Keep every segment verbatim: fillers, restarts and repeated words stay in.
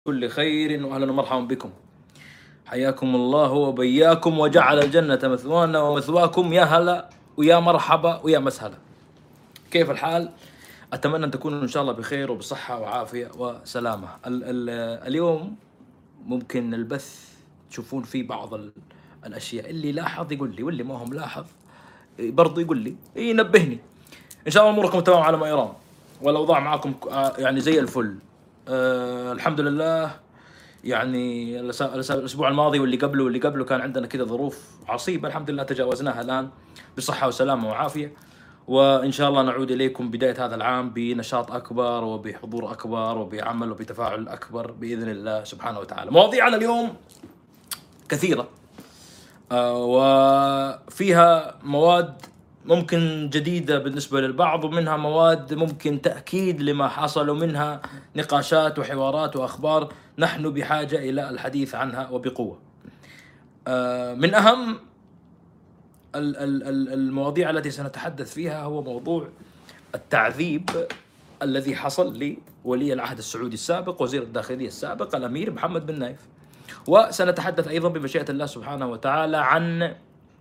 كل خير وأهلا ومرحبا بكم. حياكم الله وبياكم وجعل الجنة مثوانا ومثواكم. يا هلا ويا مرحبا ويا مسهلا. كيف الحال؟ أتمنى أن تكونوا إن شاء الله بخير وبصحة وعافية وسلامة. ال ال اليوم ممكن البث تشوفون فيه بعض الأشياء، اللي لاحظ يقول لي واللي ما هو ملاحظ برضو يقول لي ينبهني. إن شاء الله أموركم تمام على ما يرام والأوضاع معكم يعني زي الفل. أه الحمد لله. يعني الأسبوع الماضي واللي قبله واللي قبله كان عندنا كذا ظروف عصيبة، الحمد لله تجاوزناها الآن بصحة وسلامة وعافية، وإن شاء الله نعود إليكم بداية هذا العام بنشاط أكبر وبحضور أكبر وبعمل وبتفاعل أكبر بإذن الله سبحانه وتعالى. مواضيعنا اليوم كثيرة آه وفيها مواد ممكن جديدة بالنسبة للبعض، ومنها مواد ممكن تأكيد لما حصل، ومنها نقاشات وحوارات وأخبار نحن بحاجة إلى الحديث عنها وبقوة. آه من أهم المواضيع التي سنتحدث فيها هو موضوع التعذيب الذي حصل لولي العهد السعودي السابق وزير الداخلية السابق الأمير محمد بن نايف. وسنتحدث أيضا بمشيئة الله سبحانه وتعالى عن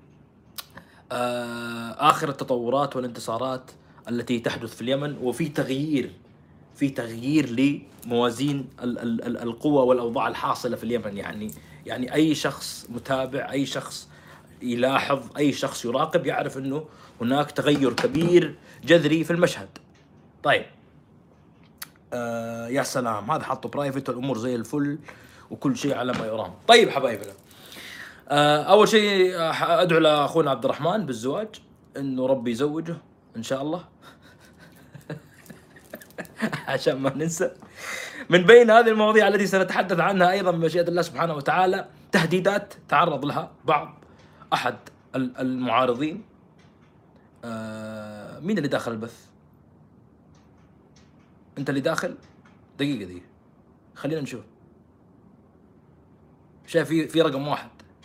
آخر التطورات والانتصارات التي تحدث في اليمن، وفي تغيير في تغيير لموازين القوى والأوضاع الحاصلة في اليمن. يعني يعني أي شخص متابع، أي شخص يلاحظ، أي شخص يراقب يعرف أنه هناك تغير كبير جذري في المشهد. طيب آه يا سلام، هذا حطه برايفت والأمور زي الفل وكل شيء على ما يرام. طيب حبايبنا، آه أول شيء أدعو لأخونا عبد الرحمن بالزواج، إنه ربي يزوجه إن شاء الله عشان ما ننسى. من بين هذه المواضيع التي سنتحدث عنها أيضا بمشيئة الله سبحانه وتعالى تهديدات تعرض لها بعض أحد المعارضين. آه مين اللي داخل البث؟ أنت اللي داخل؟ دقيقة دقيقة خلينا نشوف. شايف في في رقم واحد.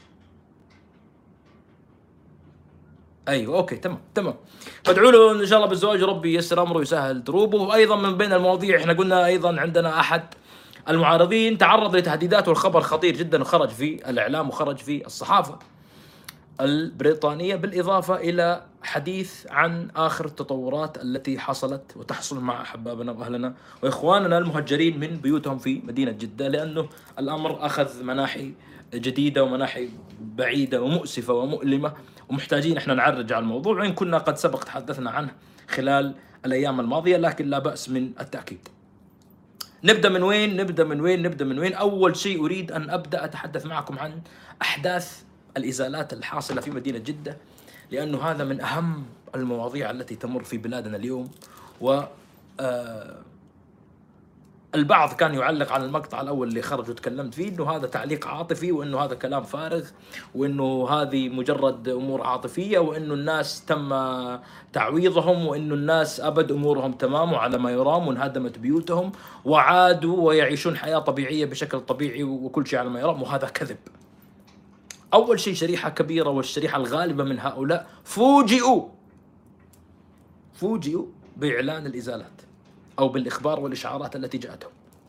ايوه اوكي تمام تمام. فادعوا له ان شاء الله بالزواج، ربي ييسر امره ويسهل دروبه. وايضا من بين المواضيع احنا قلنا ايضا عندنا احد المعارضين تعرض لتهديدات، والخبر خطير جدا وخرج في الاعلام وخرج في الصحافه البريطانيه، بالاضافه الى حديث عن اخر التطورات التي حصلت وتحصل مع احبابنا واهلنا واخواننا المهجرين من بيوتهم في مدينه جده، لانه الامر اخذ مناحي جديده ومناحي بعيده ومؤسفه ومؤلمه، ومحتاجين احنا نعرج على الموضوع، وان كنا قد سبق تحدثنا عنه خلال الايام الماضيه، لكن لا باس من التاكيد. نبدا من وين؟ نبدا من وين؟ نبدا من وين؟ اول شيء اريد ان ابدا اتحدث معكم عن احداث الازالات الحاصله في مدينه جده، لانه هذا من اهم المواضيع التي تمر في بلادنا اليوم. و آه البعض كان يعلق على المقطع الأول اللي خرج وتكلمت فيه إنه هذا تعليق عاطفي، وإنه هذا كلام فارغ، وإنه هذه مجرد أمور عاطفية، وإنه الناس تم تعويضهم، وإنه الناس أبد أمورهم تمام وعلى ما يرام، وانهدمت بيوتهم وعادوا ويعيشون حياة طبيعية بشكل طبيعي وكل شيء على ما يرام، وهذا كذب. أول شيء شريحة كبيرة والشريحة الغالبة من هؤلاء فوجئوا فوجئوا بإعلان الإزالات أو بالإخبار والإشعارات التي جاءتهم.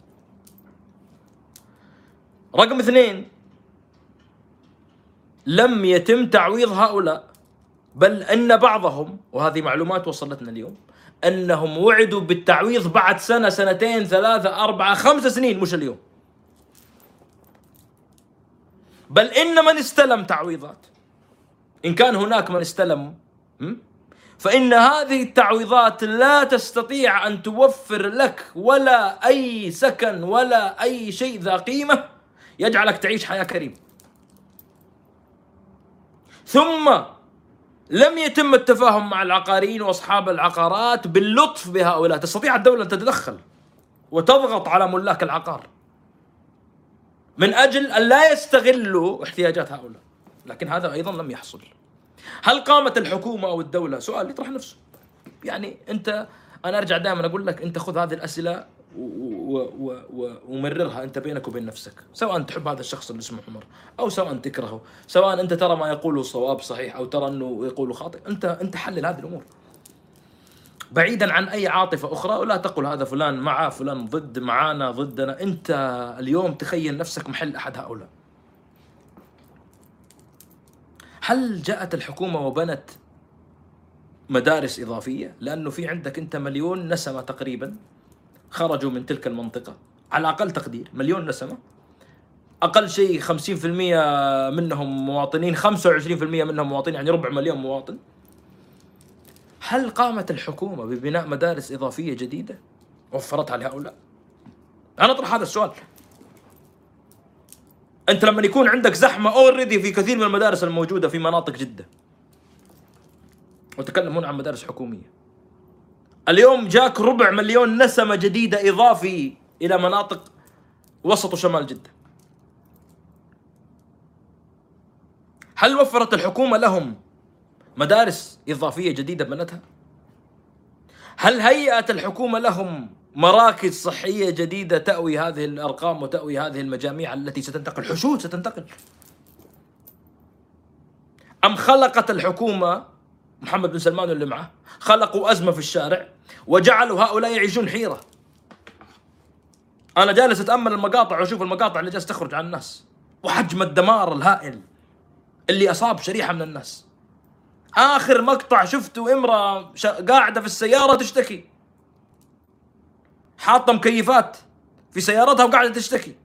رقم اثنين، لم يتم تعويض هؤلاء، بل أن بعضهم، وهذه معلومات وصلتنا اليوم، أنهم وعدوا بالتعويض بعد سنة سنتين ثلاثة أربعة خمس سنين، مش اليوم. بل إن من استلم تعويضات، إن كان هناك من استلم، فإن هذه التعويضات لا تستطيع أن توفر لك ولا أي سكن ولا أي شيء ذا قيمة يجعلك تعيش حياة كريمة. ثم لم يتم التفاهم مع العقاريين وأصحاب العقارات باللطف بهؤلاء. تستطيع الدولة أن تتدخل وتضغط على ملاك العقار من أجل أن لا يستغلوا احتياجات هؤلاء، لكن هذا أيضا لم يحصل. هل قامت الحكومة أو الدولة؟ سؤال يطرح نفسه. يعني أنت، أنا أرجع دائما أقول لك، أنت خذ هذه الأسئلة ومررها أنت بينك وبين نفسك، سواء تحب هذا الشخص اللي اسمه عمر أو سواء تكرهه، سواء أنت ترى ما يقوله صواب صحيح أو ترى أنه يقوله خاطئ، أنت أنت حلل هذه الأمور. بعيدا عن أي عاطفة أخرى، ولا تقل هذا فلان مع فلان ضد، معانا ضدنا. أنت اليوم تخيل نفسك محل أحد هؤلاء. هل جاءت الحكومة وبنت مدارس إضافية؟ لأنه في عندك أنت مليون نسمة تقريبا خرجوا من تلك المنطقة، على أقل تقدير مليون نسمة، أقل شيء خمسين في المية منهم مواطنين، خمسة وعشرين في المية منهم مواطنين، يعني ربع مليون مواطن. هل قامت الحكومة ببناء مدارس إضافية جديدة وفرتها لهؤلاء؟ أنا أطرح هذا السؤال. أنت لما يكون عندك زحمة أوريدي في كثير من المدارس الموجودة في مناطق جدة، وتكلمون عن مدارس حكومية، اليوم جاك ربع مليون نسمة جديدة إضافي إلى مناطق وسط وشمال جدة، هل وفرت الحكومة لهم مدارس إضافية جديدة بنتها؟ هل هيأت الحكومة لهم مراكز صحية جديدة تأوي هذه الأرقام وتأوي هذه المجاميع التي ستنتقل، حشود ستنتقل؟ أم خلقت الحكومة محمد بن سلمان واللي معه خلقوا أزمة في الشارع وجعلوا هؤلاء يعيشون حيرة؟ أنا جالس أتأمل المقاطع وأشوف المقاطع اللي جالس تخرج عن الناس وحجم الدمار الهائل اللي أصاب شريحة من الناس. آخر مقطع شفته امرأة قاعدة في السيارة تشتكي، حاطة مكيفات في سيارتها وقاعدة تشتكي.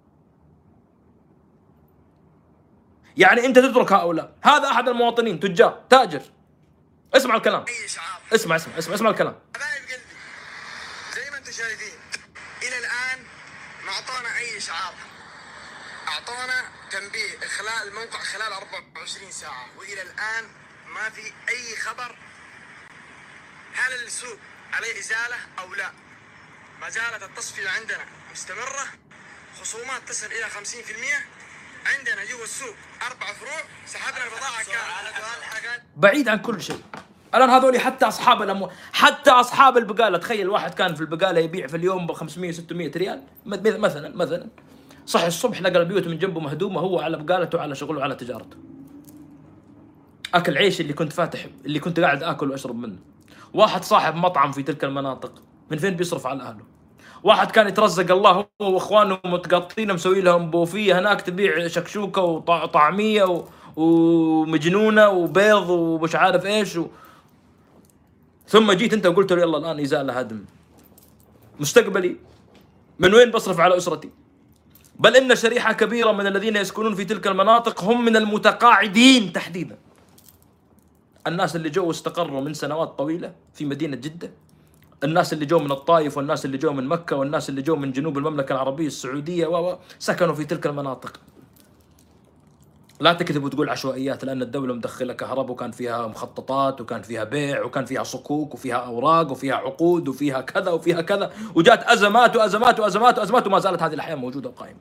يعني أنت تترك هؤلاء، هذا أحد المواطنين تجار تاجر، اسمع الكلام، اسمع اسمع اسمع اسمع الكلام. حبايب قلبي زي ما انتم شايفين إلى الآن ما أعطونا أي إشعار، أعطونا تنبيه إخلاء الموقع خلال أربعة وعشرين ساعة، وإلى الآن ما في أي خبر هل السوق عليه إزالة أو لا. ما زالت التصفية عندنا مستمرة، خصومات تصل إلى خمسين في المية. عندنا جوا السوق أربع فروع سحبنا البضاعة كاملة. بعيد عن كل شيء، الآن هذول حتى أصحاب الأموال، حتى أصحاب البقالة، تخيل واحد كان في البقالة يبيع في اليوم ب خمسمية ستمية ريال مثلا مثلا، صحي الصبح لقى البيوت من جنبه مهدومة، هو على بقالته على شغله على تجارته، أكل عيش اللي كنت فاتح اللي كنت قاعد آكل وأشرب منه. واحد صاحب مطعم في تلك المناطق من فين بيصرف على أهله؟ واحد كان يترزق الله هو واخوانه متقطين مسوي لهم بوفيه هناك تبيع شكشوكه وطعميه ومجنونه وبيض ومش عارف ايش و... ثم جيت انت وقلت له يلا الان ازاله هدم. مستقبلي من وين بصرف على اسرتي؟ بل ان شريحه كبيره من الذين يسكنون في تلك المناطق هم من المتقاعدين تحديدا، الناس اللي جو استقروا من سنوات طويله في مدينه جده، الناس اللي جو من الطائف والناس اللي جو من مكة والناس اللي جو من جنوب المملكة العربية السعودية و سكنوا في تلك المناطق. لا تكذب وتقول عشوائيات، لأن الدولة مدخلة كهرباء وكان فيها مخططات وكان فيها بيع وكان فيها صكوك وفيها أوراق وفيها عقود وفيها كذا وفيها كذا، وجات أزمات وأزمات وأزمات وأزمات وما زالت هذه الأحيان موجودة وقائمة.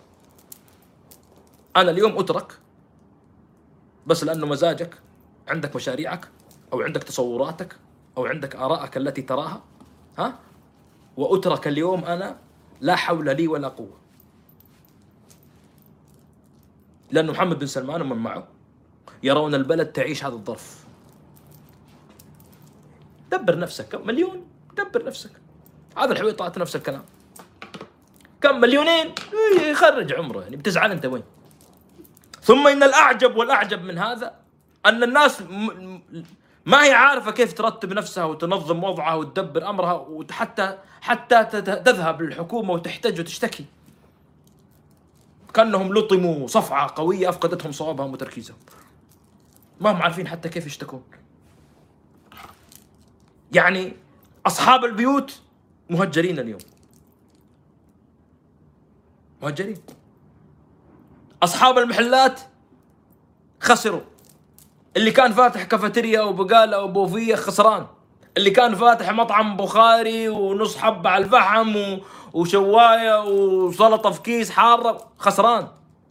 أنا اليوم أترك بس لأنه مزاجك، عندك مشاريعك أو عندك تصوراتك أو عندك آرائك التي تراها، ها؟ وأترك اليوم أنا لا حول لي ولا قوة، لأن محمد بن سلمان ومن معه يرون البلد تعيش هذا الظرف. دبر نفسك، كم مليون دبر نفسك. هذا الحويطات نفس الكلام، كم مليونين يخرج عمره، يعني بتزعل أنت وين؟ ثم إن الأعجب والأعجب من هذا أن الناس م... ما هي عارفة كيف ترتب نفسها وتنظم وضعها وتدبر أمرها، وحتى حتى تذهب للحكومة وتحتج وتشتكي، كأنهم لطموا صفعة قوية أفقدتهم صوابهم وتركيزهم، ما هم عارفين حتى كيف يشتكون. يعني أصحاب البيوت مهجرين اليوم، مهجرين. أصحاب المحلات خسروا، اللي كان فاتح كافيتيريا وبقالة وبوفية خسران، اللي كان فاتح مطعم بخاري ونص حبة على الفحم وشواية وسلطة في كيس حارة خسران.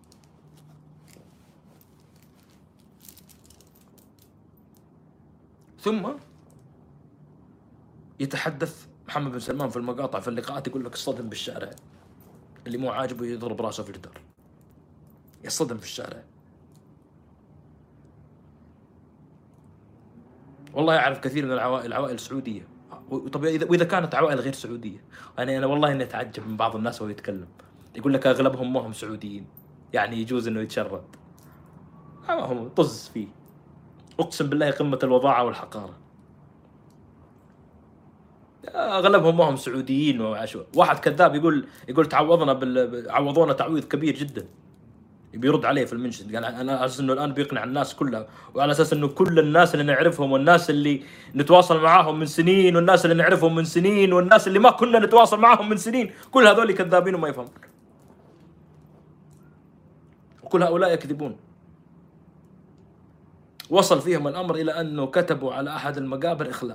ثم يتحدث محمد بن سلمان في المقاطع في اللقاءات يقول لك الصدم بالشارع، اللي مو عاجبه يضرب راسه في الجدار، يصطدم في الشارع. والله أعرف كثير من العوائل العوائل السعودية طب اذا واذا كانت عوائل غير سعوديه، يعني انا والله اني اتعجب من بعض الناس وهو يتكلم يقول لك اغلبهم ما هم سعوديين، يعني يجوز انه يتشرد. ما هم طز فيه، اقسم بالله قمه الوضاعه والحقاره. اغلبهم ما هم سعوديين وعشو. واحد كذاب يقول يقول تعوضنا بال عوضونا تعويض كبير جدا، بيرد عليه في المنشد. قال انا على اساس انه الان بيقنع الناس كلها، وعلى اساس انه كل الناس اللي نعرفهم والناس اللي نتواصل معاهم من سنين والناس اللي نعرفهم من سنين والناس اللي ما كنا نتواصل معاهم من سنين، كل هذول كذابين وما يفهمون، وكل هؤلاء يكذبون. وصل فيهم الامر الى انه كتبوا على احد المقابر اخلاء،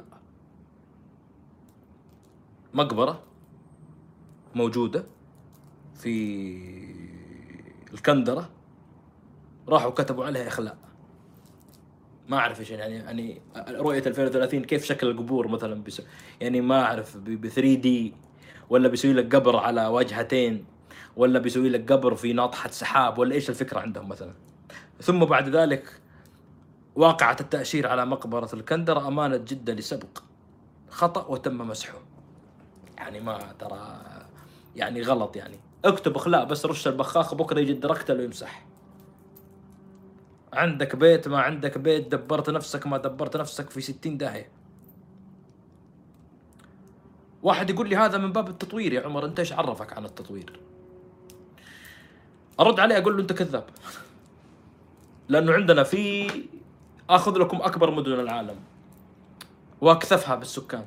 مقبره موجوده في الكندره، راحوا كتبوا عليها اخلاء. ما اعرف ايش يعني، يعني رؤيه ألفين وثلاثين كيف شكل القبور مثلا، بس يعني ما اعرف ب ثري دي، ولا بيسوي لك قبر على واجهتين، ولا بيسوي لك قبر في ناطحه سحاب، ولا ايش الفكره عندهم مثلا. ثم بعد ذلك واقعة التأشير على مقبرة الكندرة أمانة جدا لسبق خطأ وتم مسحه. يعني ما ترى يعني غلط، يعني اكتب اخلاء بس رش البخاخ بكره يجي الدركتل ويمسح. عندك بيت ما عندك بيت، دبرت نفسك ما دبرت نفسك، في ستين داهية. واحد يقول لي هذا من باب التطوير يا عمر، انت ايش عرفك عن التطوير؟ ارد عليه اقول له انت كذاب، لانه عندنا في اخذ لكم اكبر مدن العالم واكثفها بالسكان.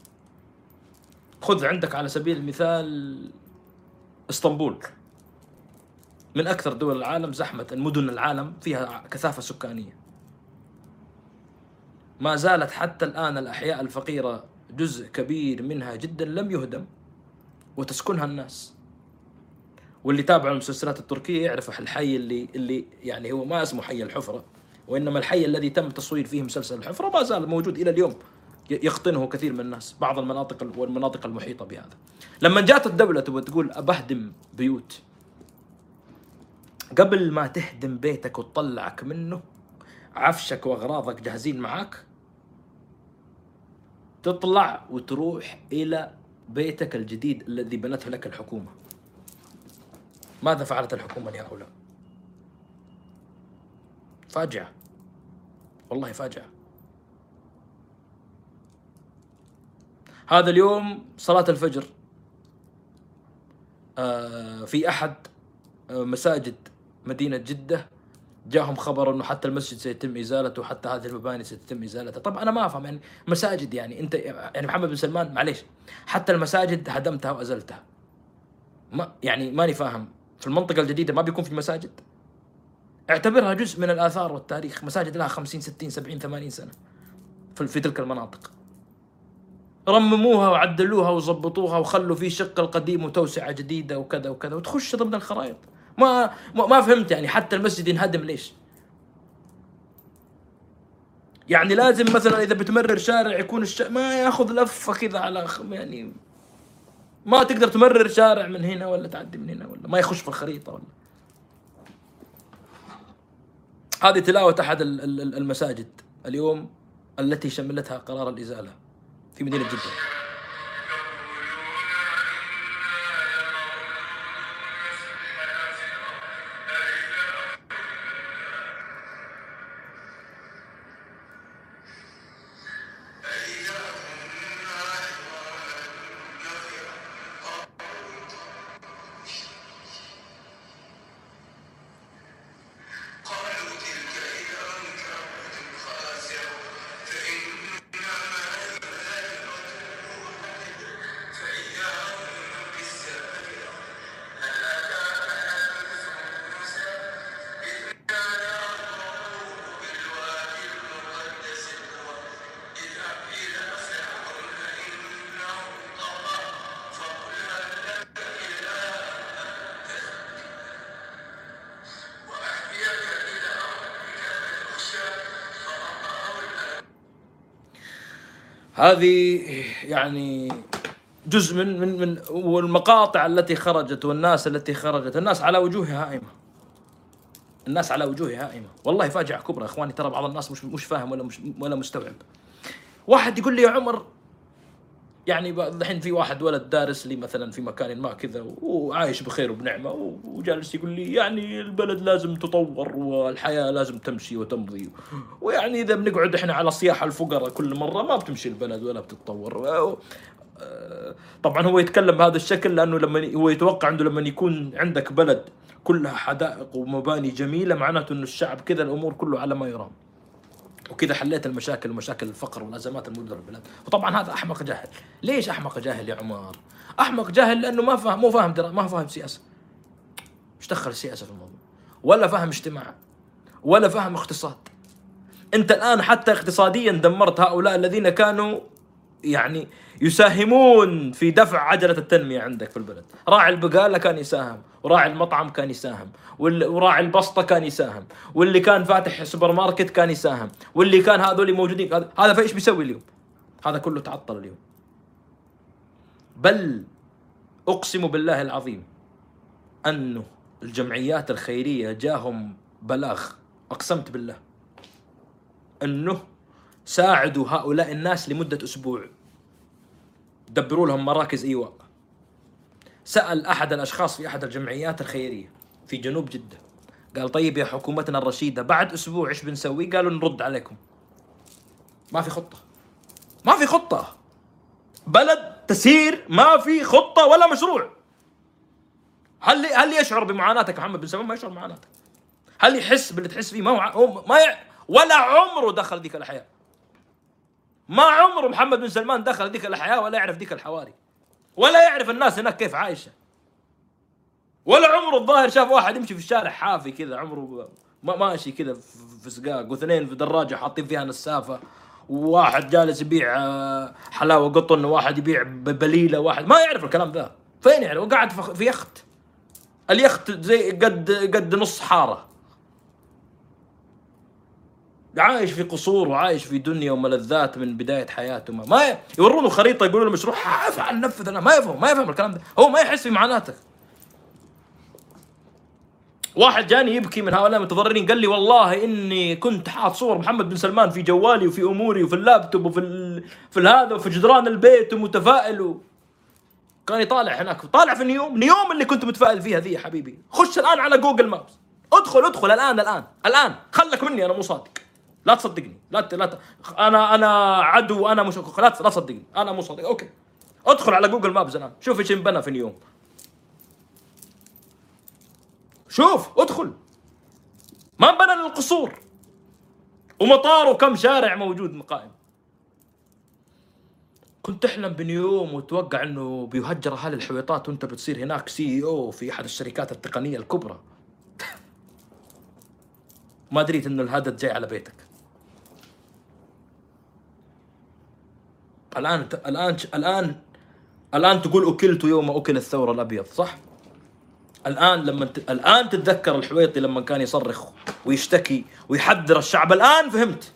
خذ عندك على سبيل المثال اسطنبول، من اكثر دول العالم زحمة، المدن العالم فيها كثافة سكانية. ما زالت حتى الآن الأحياء الفقيرة جزء كبير منها جدا لم يهدم وتسكنها الناس. واللي تابع المسلسلات التركية يعرف الحي اللي اللي يعني هو ما اسمه حي الحفرة، وإنما الحي الذي تم تصوير فيه مسلسل الحفرة ما زال موجود إلى اليوم، يقطنه كثير من الناس، بعض المناطق والمناطق المحيطة بهذا. لما جاءت الدولة تبغى تقول أبهدم بيوت، قبل ما تهدم بيتك وتطلعك منه عفشك واغراضك جاهزين معاك، تطلع وتروح الى بيتك الجديد الذي بنته لك الحكومة. ماذا فعلت الحكومة لهؤلاء؟ فاجعة، والله فاجعة. هذا اليوم صلاة الفجر في احد مساجد مدينة جدة جاهم خبر انه حتى المسجد سيتم ازالته، حتى هذه المباني ستتم ازالتها. طب انا ما افهم يعني مساجد، يعني انت يعني محمد بن سلمان معليش، حتى المساجد هدمتها وازلتها، ما يعني ماني فاهم. في المنطقة الجديدة ما بيكون في مساجد؟ اعتبرها جزء من الاثار والتاريخ، مساجد لها خمسين ستين سبعين ثمانين سنة في, في تلك المناطق، رمموها وعدلوها وظبطوها وخلوا فيه شق القديم وتوسعة جديدة وكذا وكذا، وتخش ضمن الخرائط. ما ما فهمت يعني حتى المسجد ينهدم ليش؟ يعني لازم مثلا اذا بتمرر شارع يكون الش... ما ياخذ لفه كذا على يعني ما تقدر تمرر شارع من هنا ولا تعدي من هنا ولا ما يخش في الخريطه ولا. هذه تلاوه احد المساجد اليوم التي شملتها قرار الازاله في مدينه جده. هذه يعني جزء من من من والمقاطع التي خرجت والناس التي خرجت، الناس على وجوهها هائمة، الناس على وجوهها هائمة، والله فاجعة كبرى يا اخواني. ترى بعض الناس مش مش فاهم ولا مش ولا مستوعب. واحد يقول لي يا عمر يعني الحين في واحد ولد دارس لي مثلا في مكان ما كذا وعايش بخير وبنعمه وجالس يقول لي يعني البلد لازم تطور والحياه لازم تمشي وتمضي، ويعني اذا بنقعد احنا على صياح الفقراء كل مره ما بتمشي البلد ولا بتتطور. طبعا هو يتكلم بهذا الشكل لانه لما هو يتوقع انه لما يكون عندك بلد كلها حدائق ومباني جميله معناته انه الشعب كذا الامور كله على ما يرام، وكذا حليت المشاكل ومشاكل الفقر والازمات الموجوده في البلاد. وطبعا هذا احمق جاهل. ليش احمق جاهل يا عمر؟ احمق جاهل لانه ما فاهم، مو فاهم درا... ما فاهم سياسه. ايش دخل السياسه في الموضوع؟ ولا فاهم اجتماع ولا فاهم اقتصاد. انت الان حتى اقتصاديا دمرت هؤلاء الذين كانوا يعني يساهمون في دفع عجلة التنمية عندك في البلد. راعي البقالة كان يساهم، وراعي المطعم كان يساهم، وراعي البسطة كان يساهم، واللي كان فاتح سوبر ماركت كان يساهم، واللي كان هذول موجودين. هذا فايش بيسوي اليوم؟ هذا كله تعطل اليوم. بل أقسم بالله العظيم أنه الجمعيات الخيرية جاهم بلاغ، أقسمت بالله أنه ساعدوا هؤلاء الناس لمدة أسبوع، دبروا لهم مراكز إيواء. سأل أحد الأشخاص في أحد الجمعيات الخيرية في جنوب جدة، قال طيب يا حكومتنا الرشيدة بعد أسبوع إيش بنسوي؟ قالوا نرد عليكم. ما في خطة، ما في خطة. بلد تسير ما في خطة ولا مشروع. هل هل يشعر بمعاناتك محمد بن سلمان؟ ما يشعر بمعاناتك. هل يحس باللي تحس فيه؟ ما هو ما ي... ولا عمره دخل ذيك الحياة. ما عمره محمد بن سلمان دخل ذيك الحياة ولا يعرف ذيك الحواري، ولا يعرف الناس هناك كيف عايشة، ولا عمره الظاهر شاف واحد يمشي في الشارع حافي كذا، عمره ما ماشي كذا في سقاق، واثنين في دراجة حاطين فيها نسافة، وواحد جالس يبيع حلاوة قطن، وواحد يبيع بليلة، واحد ما يعرف الكلام ذا. فين يعني؟ وقاعد في يخت، اليخت زي قد قد نص حارة، عايش في قصور وعايش في دنيا وملذات من بداية حياته. ما, ما يورونه خريطة يقولوا له مشروع افعل نفذ، ما يفهم ما يفهم الكلام ده، هو ما يحس في معاناتك. واحد جاني يبكي من هؤلاء المتضررين قال لي والله اني كنت حاط صور محمد بن سلمان في جوالي وفي اموري وفي اللابتوب وفي ال... في هذا وفي جدران البيت ومتفائل و... كان يطالع هناك، طالع في نيوم، نيوم اللي كنت متفائل فيها ذي يا حبيبي. خش الان على جوجل مابس، ادخل ادخل الان الان الان خلك مني انا مو صادق، لا تصدقني، لا ت... لا ت... انا انا عدو، انا مش لا لا تصدقني، انا مو صادق. اوكي ادخل على جوجل مابس الان، شوف ايش انبنى في نيوم، شوف ادخل، ما انبنى للقصور ومطار وكم شارع موجود قائم. كنت تحلم بنيوم وتوقع انه بيهجر اهالي الحويطات وانت بتصير هناك سي او في احد الشركات التقنيه الكبرى. ما دريت انه الهدد جاي على بيتك. الان الان الان الان تقول اكلت يوم اكل الثور الابيض، صح؟ الان لما ت... الان تتذكر الحويطي لما كان يصرخ ويشتكي ويحذر الشعب، الان فهمت.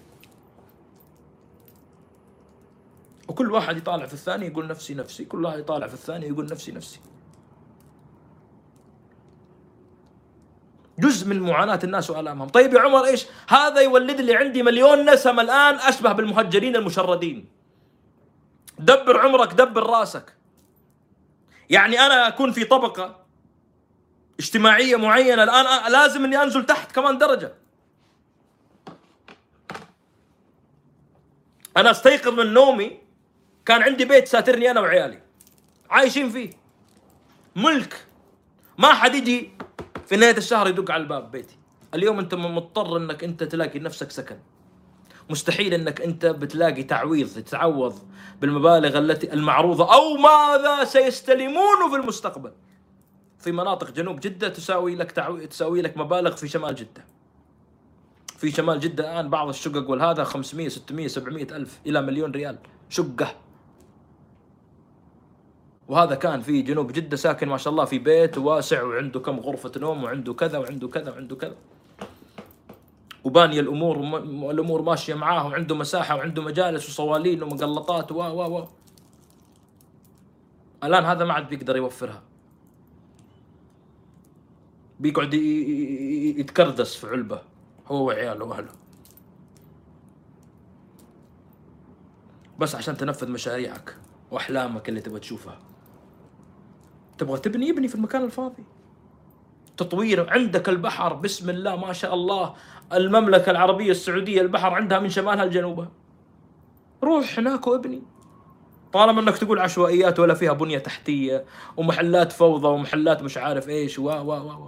وكل واحد يطالع في الثاني يقول نفسي نفسي، كل واحد يطالع في الثاني يقول نفسي نفسي. جزء من معاناة الناس وآلامهم. طيب يا عمر ايش؟ هذا يولد لي عندي مليون نسم الآن أشبه بالمهجرين المشردين. دبر عمرك، دبر راسك. يعني أنا أكون في طبقة اجتماعية معينة الآن لازم أني أنزل تحت كمان درجة. أنا استيقظ من نومي كان عندي بيت ساترني أنا وعيالي عايشين فيه، ملك، ما حد يجي في نهاية الشهر يدق على الباب بيتي. اليوم أنت مضطر أنك أنت تلاقي نفسك سكن، مستحيل أنك أنت بتلاقي تعويض تتعوض بالمبالغ التي المعروضة أو ماذا سيستلمونه في المستقبل. في مناطق جنوب جدة تساوي لك تعويض، تساوي لك مبالغ في شمال جدة. في شمال جدة الآن بعض الشقق والهذا خمسمية ستمية سبعمية ألف إلى مليون ريال شقة. وهذا كان في جنوب جدة ساكن ما شاء الله في بيت واسع وعنده كم غرفة نوم وعنده كذا وعنده كذا وعنده كذا، وباني الأمور الأمور ماشية معاه، وعنده مساحة وعنده مجالس وصوالين ومقلطات و و و الآن هذا ما عاد بيقدر يوفرها، بيقعد يتكردس في علبة هو وعياله وأهله بس عشان تنفذ مشاريعك. وأحلامك اللي تبغى تشوفها. تبغى تبني ابني في المكان الفاضي. تطوير، عندك البحر بسم الله ما شاء الله، المملكة العربية السعودية البحر عندها من شمالها لجنوبها، روح هناك وابني. طالما انك تقول عشوائيات ولا فيها بنية تحتية ومحلات فوضى ومحلات مش عارف ايش و و و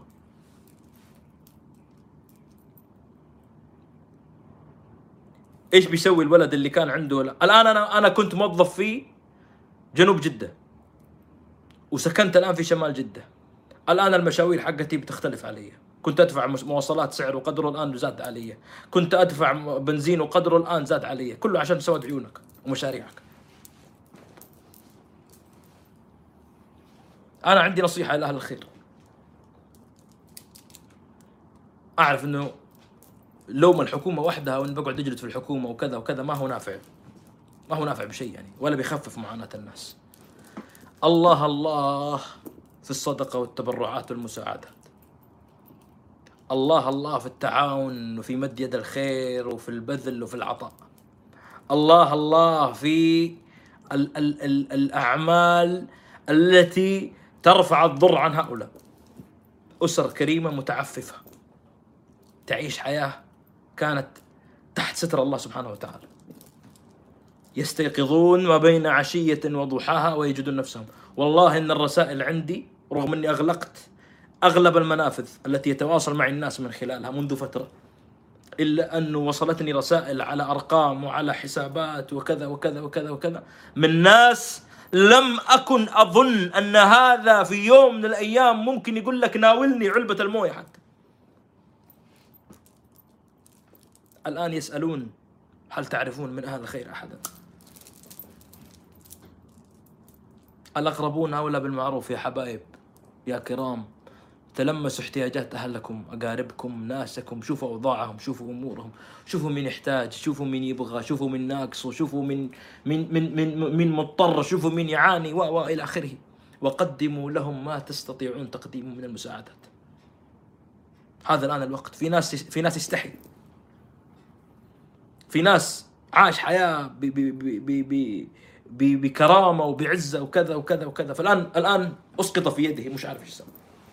ايش بيسوي الولد اللي كان عنده؟ الان انا انا كنت موظف في جنوب جدة وسكنت الان في شمال جدة. الان المشاوير حقتي بتختلف علي، كنت ادفع مواصلات سعر وقدره الان زاد علي، كنت ادفع بنزين وقدره الان زاد علي، كله عشان سواد عيونك ومشاريعك. انا عندي نصيحة الى اهل الخير، اعرف انه لوم الحكومة وحدها وان بقعد اجلد في الحكومة وكذا وكذا ما هو نافع، ما هو نافع بشيء يعني، ولا بيخفف معاناة الناس. الله الله في الصدقة والتبرعات والمساعدات، الله الله في التعاون وفي مد يد الخير وفي البذل وفي العطاء، الله الله في ال ال ال الأعمال التي ترفع الضر عن هؤلاء. أسر كريمة متعففة تعيش حياة كانت تحت ستر الله سبحانه وتعالى، يستيقظون ما بين عشية وضحاها ويجدون نفسهم. والله إن الرسائل عندي رغم أني أغلقت أغلب المنافذ التي يتواصل معي الناس من خلالها منذ فترة، إلا أنه وصلتني رسائل على أرقام وعلى حسابات وكذا وكذا وكذا وكذا من ناس لم أكن أظن أن هذا في يوم من الأيام ممكن يقول لك ناولني علبة الموية حتى. الآن يسألون هل تعرفون من أهل الخير أحدا؟ الأقربون أولى بالمعروف يا حبايب يا كرام. تلمسوا احتياجات أهلكم، أقاربكم، ناسكم، شوفوا أوضاعهم، شوفوا أمورهم، شوفوا مين يحتاج، شوفوا مين يبغى، شوفوا مين ناقصه، شوفوا مين مين مين مين, مين مضطر، شوفوا مين يعاني و و إلى آخره، وقدموا لهم ما تستطيعون تقديمه من المساعدات. هذا الآن الوقت. في ناس في ناس يستحي، في ناس عاش حياة ب ب ب ب ب بكرامة وبعزة وكذا وكذا وكذا، فالآن الآن أسقط في يده مش عارف ايش يسوي.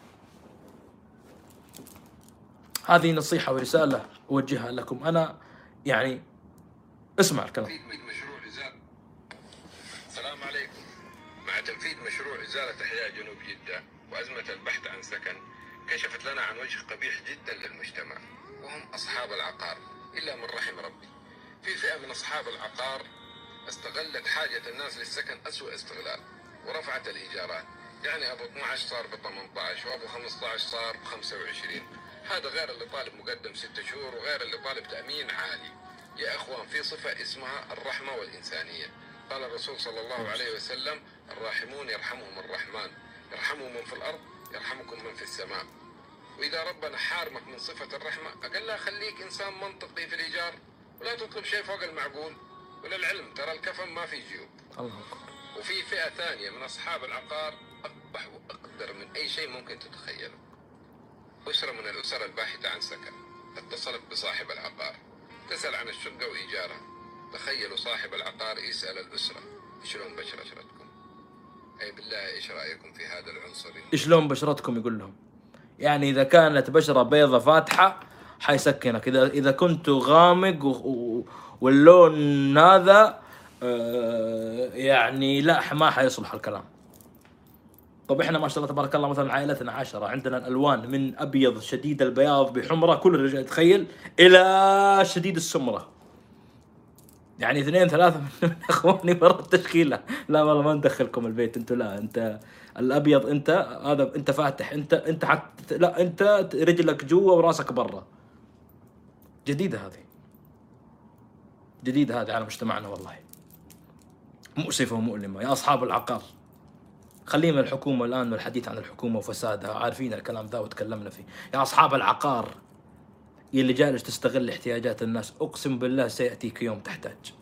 هذه نصيحة ورسالة أوجهها لكم أنا، يعني اسمع الكلام. مشروع إزالة. السلام عليكم. مع تنفيذ مشروع إزالة إحياء جنوب جدة وأزمة البحث عن سكن، كشفت لنا عن وجه قبيح جدا للمجتمع، وهم أصحاب العقار، إلا من رحم ربي. في فئة من أصحاب العقار استغلت حاجة الناس للسكن أسوأ استغلال، ورفعت الإيجارات، يعني أبو اثني عشر صار ب ثمانية عشر وأبو خمسة عشر صار ب خمسة وعشرين. هذا غير اللي طالب مقدم ستة شهور وغير اللي طالب تأمين عالي. يا أخوان، في صفة اسمها الرحمة والإنسانية. قال الرسول صلى الله عليه وسلم: الراحمون يرحمهم الرحمن، يرحموا من في الأرض يرحمكم من في السماء. وإذا ربنا حارمك من صفة الرحمة أقلها خليك إنسان منطقي في الإيجار، ولا تطلب شيء فوق المعقول. وللعلم ترى الكفن ما في جيوب. الله أكبر. وفي فئة ثانية من أصحاب العقار أقبح وأقدر من أي شيء ممكن تتخيله. أسرة من الأسر الباحثة عن سكن اتصلت بصاحب العقار تسأل عن الشقة وإيجارها. تخيلوا صاحب العقار يسأل الأسرة: شلون بشرتكم؟ أي بالله إيش رأيكم في هذا العنصر؟ شلون بشرتكم؟ يقول لهم يعني إذا كانت بشرة بيضة فاتحة حيسكنك، إذا إذا كنت غامق و... و... واللون هذا آه يعني لا ما حيصلح الكلام. طب احنا ما شاء الله تبارك الله مثلا عائلتنا عشرة، عندنا الالوان من ابيض شديد البياض بحمرة كل الرجال تخيل الى شديد السمرة، يعني اثنين ثلاثة من اخواني برا التشكيلة. لا والله ما ندخلكم البيت انتوا، لا انت الابيض انت هذا انت فاتح، انت انت حتى لا انت رجلك جوا وراسك برا. جديدة هذه، جديدة هذه على مجتمعنا والله، مؤسفة ومؤلمة. يا اصحاب العقار خلينا من الحكومة الآن والحديث عن الحكومة وفسادها، عارفين الكلام ذا وتكلمنا فيه. يا أصحاب العقار يلي جالس تستغل احتياجات الناس، أقسم بالله سيأتيك يوم تحتاج،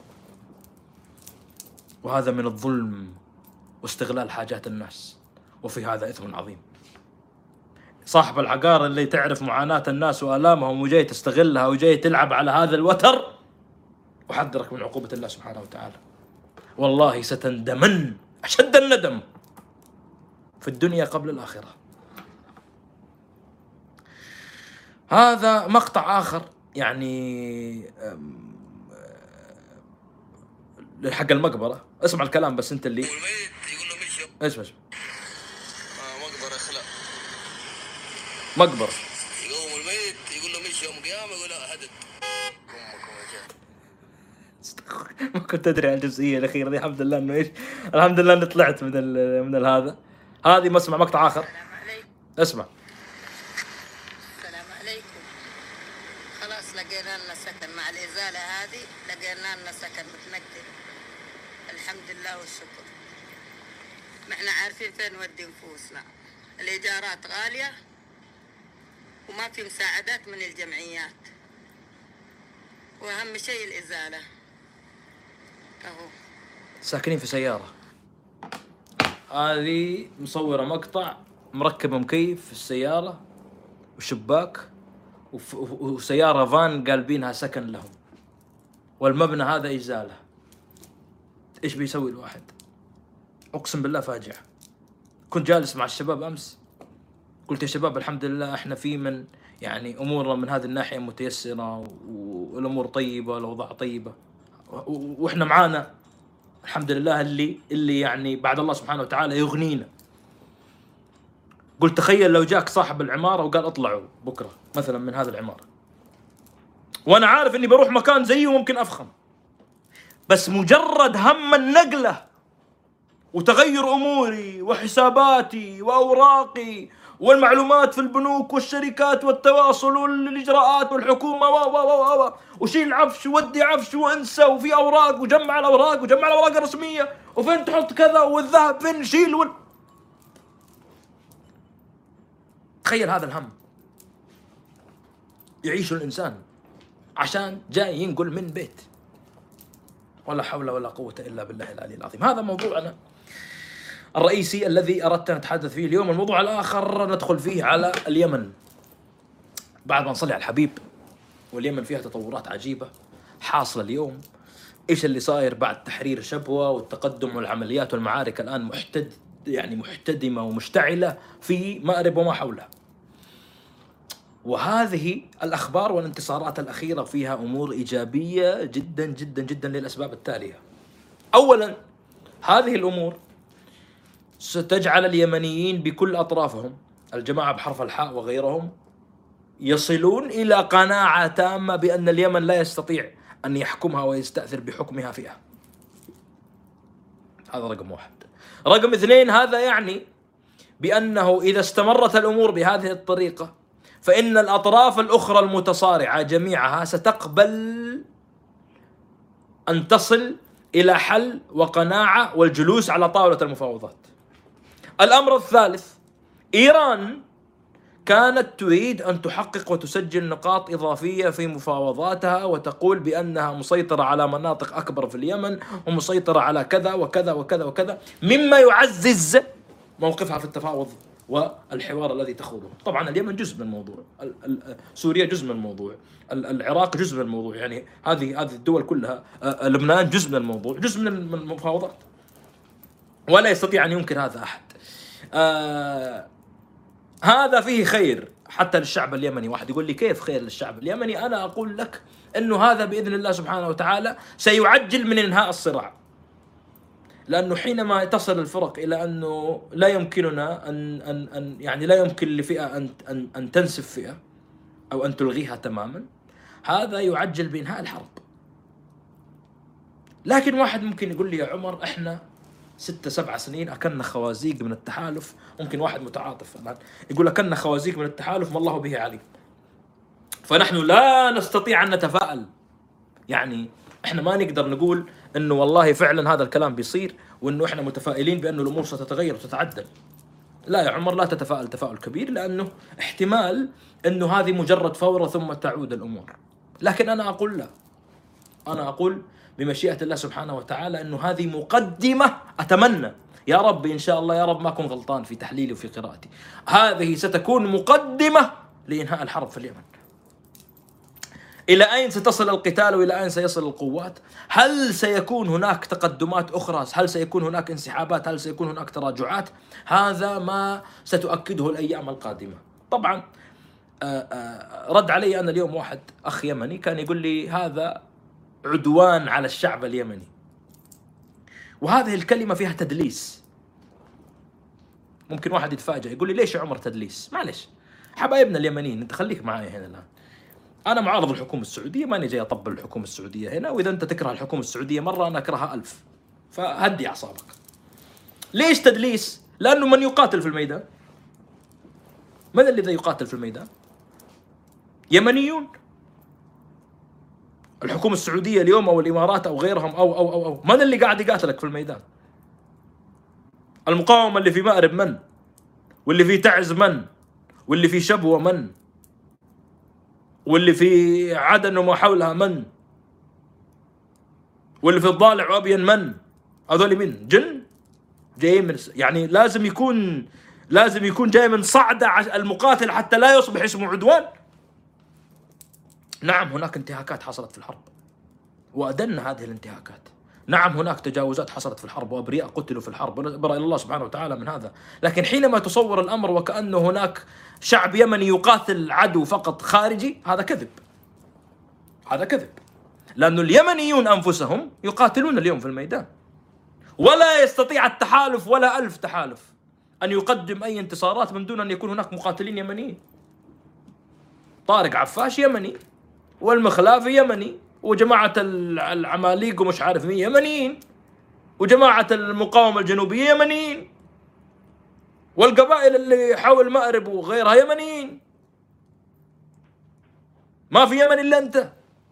وهذا من الظلم واستغلال حاجات الناس، وفي هذا إثم عظيم. صاحب العقار اللي تعرف معاناة الناس وآلامهم وجاي تستغلها وجاي تلعب على هذا الوتر، أحذرك من عقوبة الله سبحانه وتعالى. والله ستندمن أشد الندم في الدنيا قبل الآخرة. هذا مقطع آخر يعني حق المقبرة. اسمع الكلام بس انت اللي والميت يقول له مش يوم اسمع اسمع آه مقبرة اخلاق مقبرة يقوم الميت يقول له مش يوم قيامة يقول له هدد امك وجهك. ما كنت ادري عن الجزئية الأخيرة دي. الحمد لله انه ايش الحمد لله اني طلعت من ال من ال هذا. هذه ما اسمع مقطع آخر. السلام عليكم. اسمع. السلام عليكم. خلاص لقينا لنا سكن مع الإزالة هذه، لقينا لنا سكن متنقل الحمد لله والشكر. ما احنا عارفين فين نودي نفوسنا. الإيجارات غالية وما في مساعدات من الجمعيات، وأهم شيء الإزالة. أهو ساكنين في سيارة. هذه مصورة مقطع مركبة مكيف في السيارة وشباك وف- وسيارة فان قالبينها سكن لهم، والمبنى هذا إزالة. إيش بيسوي الواحد؟ أقسم بالله فاجعة. كنت جالس مع الشباب أمس قلت يا شباب الحمد لله إحنا في من يعني أمورنا من هذه الناحية متيسرة والأمور طيبة والأوضاع طيبة، و- وإحنا معانا الحمد لله اللي اللي يعني بعد الله سبحانه وتعالى يغنينا. قلت تخيل لو جاك صاحب العمارة وقال اطلعوا بكرة مثلا من هذا العمارة، وانا عارف اني بروح مكان زيه وممكن افخم، بس مجرد هم النقلة وتغير اموري وحساباتي واوراقي والمعلومات في البنوك والشركات والتواصل والاجراءات والحكومه و و و وشيل عفش ودي عفش وانسى وفي اوراق وجمع الاوراق وجمع الاوراق الرسميه وفين تحط كذا والذهب فين شيل وال... تخيل هذا الهم يعيشه الانسان عشان جاي ينقل من بيت. ولا حول ولا قوه الا بالله العلي العظيم. هذا موضوعنا الرئيسي الذي أردت أن أتحدث فيه اليوم. الموضوع الآخر ندخل فيه على اليمن بعد ما نصلي على الحبيب. واليمن فيها تطورات عجيبة حاصلة اليوم. إيش اللي صاير بعد تحرير شبوة والتقدم والعمليات والمعارك الآن محتد يعني محتدمة ومشتعلة في مأرب وما حولها. وهذه الأخبار والانتصارات الأخيرة فيها أمور إيجابية جدا جدا جدا للأسباب التالية. أولا هذه الأمور ستجعل اليمنيين بكل أطرافهم الجماعة بحرف الحاء وغيرهم يصلون إلى قناعة تامة بأن اليمن لا يستطيع أن يحكمها ويستأثر بحكمها فيها. هذا رقم واحد. رقم اثنين هذا يعني بأنه إذا استمرت الأمور بهذه الطريقة فإن الأطراف الأخرى المتصارعة جميعها ستقبل أن تصل إلى حل وقناعة والجلوس على طاولة المفاوضات. الأمر الثالث إيران كانت تريد أن تحقق وتسجل نقاط إضافية في مفاوضاتها وتقول بأنها مسيطرة على مناطق أكبر في اليمن ومسيطرة على كذا وكذا وكذا وكذا مما يعزز موقفها في التفاوض والحوار الذي تخوضه. طبعا اليمن جزء من الموضوع، سوريا جزء من الموضوع، العراق جزء من الموضوع، يعني هذه هذه الدول كلها، لبنان جزء من الموضوع، جزء من المفاوضات، ولا يستطيع أن ينكر هذا أحد. آه هذا فيه خير حتى للشعب اليمني. واحد يقول لي كيف خير للشعب اليمني؟ أنا أقول لك أنه هذا بإذن الله سبحانه وتعالى سيعجل من إنهاء الصراع، لأنه حينما تصل الفرق إلى أنه لا يمكننا أن أن أن يعني لا يمكن لفئة أن أن أن تنسف فئة أو أن تلغيها تماما، هذا يعجل بإنهاء الحرب. لكن واحد ممكن يقول لي يا عمر إحنا ستة سبع سنين أكلنا خوازيق من التحالف. ممكن واحد متعاطف الآن يقول أكلنا خوازيق من التحالف ما الله به عليم، فنحن لا نستطيع أن نتفائل. يعني إحنا ما نقدر نقول إنه والله فعلا هذا الكلام بيصير وإنه إحنا متفائلين بأنه الأمور ستتغير وتتعدل. لا يا عمر، لا تتفائل تفاؤل كبير، لأنه احتمال إنه هذه مجرد فورة ثم تعود الأمور. لكن أنا أقول لا، أنا أقول بمشيئة الله سبحانه وتعالى أنه هذه مقدمة. أتمنى يا رب إن شاء الله، يا رب ما أكون غلطان في تحليلي وفي قراءتي، هذه ستكون مقدمة لإنهاء الحرب في اليمن. إلى أين ستصل القتال وإلى أين سيصل القوات؟ هل سيكون هناك تقدمات أخرى؟ هل سيكون هناك انسحابات؟ هل سيكون هناك تراجعات؟ هذا ما ستؤكده الأيام القادمة. طبعا رد علي أنا اليوم واحد أخ يمني كان يقول لي هذا عدوان على الشعب اليمني، وهذه الكلمة فيها تدليس. ممكن واحد يتفاجأ يقول لي ليش يا عمر تدليس؟ معلش حبايبنا اليمنيين، انت خليك معايا هنا الآن. أنا معارض الحكومة السعودية، ماني جاي أطبل الحكومة السعودية هنا، وإذا أنت تكره الحكومة السعودية مرة أنا أكرهها ألف، فهدي أعصابك. ليش تدليس؟ لأنه من يقاتل في الميدان؟ من الذي يقاتل في الميدان؟ يمنيون. الحكومة السعودية اليوم أو الإمارات أو غيرهم أو أو أو أو من اللي قاعد يقاتلك في الميدان؟ المقاومة اللي في مأرب من؟ واللي في تعز من؟ واللي في شبوة من؟ واللي في عدن وما حولها من؟ واللي في الضالع وأبين من؟ هذول من؟ جن؟ جاي من يعني لازم يكون لازم يكون جاي من صعدة المقاتل حتى لا يصبح اسمه عدوان. نعم هناك انتهاكات حصلت في الحرب وأدنا هذه الانتهاكات. نعم هناك تجاوزات حصلت في الحرب وأبرياء قتلوا في الحرب، برأ إلى الله سبحانه وتعالى من هذا. لكن حينما تصور الأمر وكأنه هناك شعب يمني يقاتل عدو فقط خارجي، هذا كذب، هذا كذب. لأن اليمنيون أنفسهم يقاتلون اليوم في الميدان، ولا يستطيع التحالف ولا ألف تحالف أن يقدم أي انتصارات من دون أن يكون هناك مقاتلين يمنيين. طارق عفاش يمني، والمخلافي يمني، وجماعة العماليق ومش عارف مين يمنيين، وجماعة المقاومة الجنوبية يمنيين، والقبائل اللي حول مأرب وغيرها يمنيين. ما في يمن إلا أنت.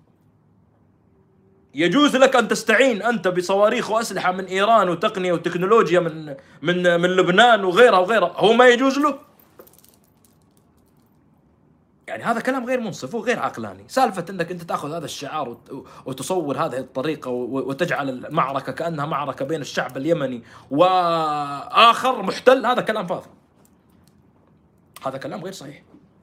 يجوز لك أن تستعين أنت بصواريخ وأسلحة من إيران وتقنية وتكنولوجيا من من من لبنان وغيرها وغيرها، هو ما يجوز له؟ يعني هذا كلام غير منصف وغير عقلاني. سالفة أنك أنت تأخذ هذا الشعار وتصور هذه الطريقة وتجعل المعركة كأنها معركة بين الشعب اليمني وآخر محتل، هذا كلام فاضي، هذا كلام غير صحيح.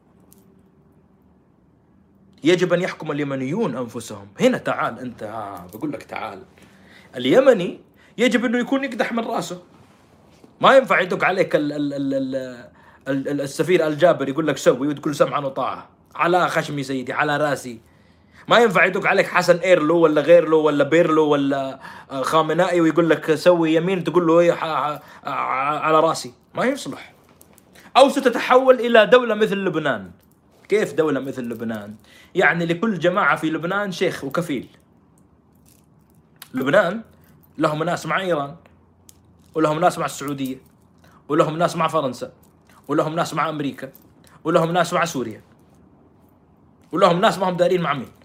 يجب أن يحكم اليمنيون أنفسهم. هنا تعال أنت، آه بقول لك تعال، اليمني يجب أنه يكون يقدح من رأسه. ما ينفع يدق عليك ال ال ال ال السفير الجابر يقول لك سوي وتقول سمعا وطاعة، على خشمي سيدي على راسي. ما ينفع يدق عليك حسن ايرلو ولا غيرلو ولا بيرلو ولا خامنائي ويقول لك سوي يمين تقول له ايه على راسي، ما يصلح. أو ستتحول إلى دولة مثل لبنان. كيف دولة مثل لبنان؟ يعني لكل جماعة في لبنان شيخ وكفيل. لبنان لهم ناس مع إيران، ولهم ناس مع السعودية، ولهم ناس مع فرنسا، ولهم ناس مع أمريكا، ولهم ناس مع سوريا، ولهم ناس ما هم دارين مع مين.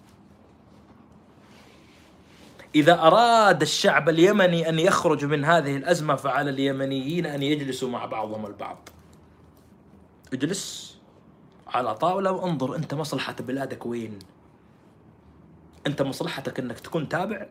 إذا أراد الشعب اليمني أن يخرج من هذه الأزمة فعلى اليمنيين أن يجلسوا مع بعضهم البعض. اجلس على طاولة وانظر أنت مصلحة بلادك وين. أنت مصلحتك أنك تكون تابع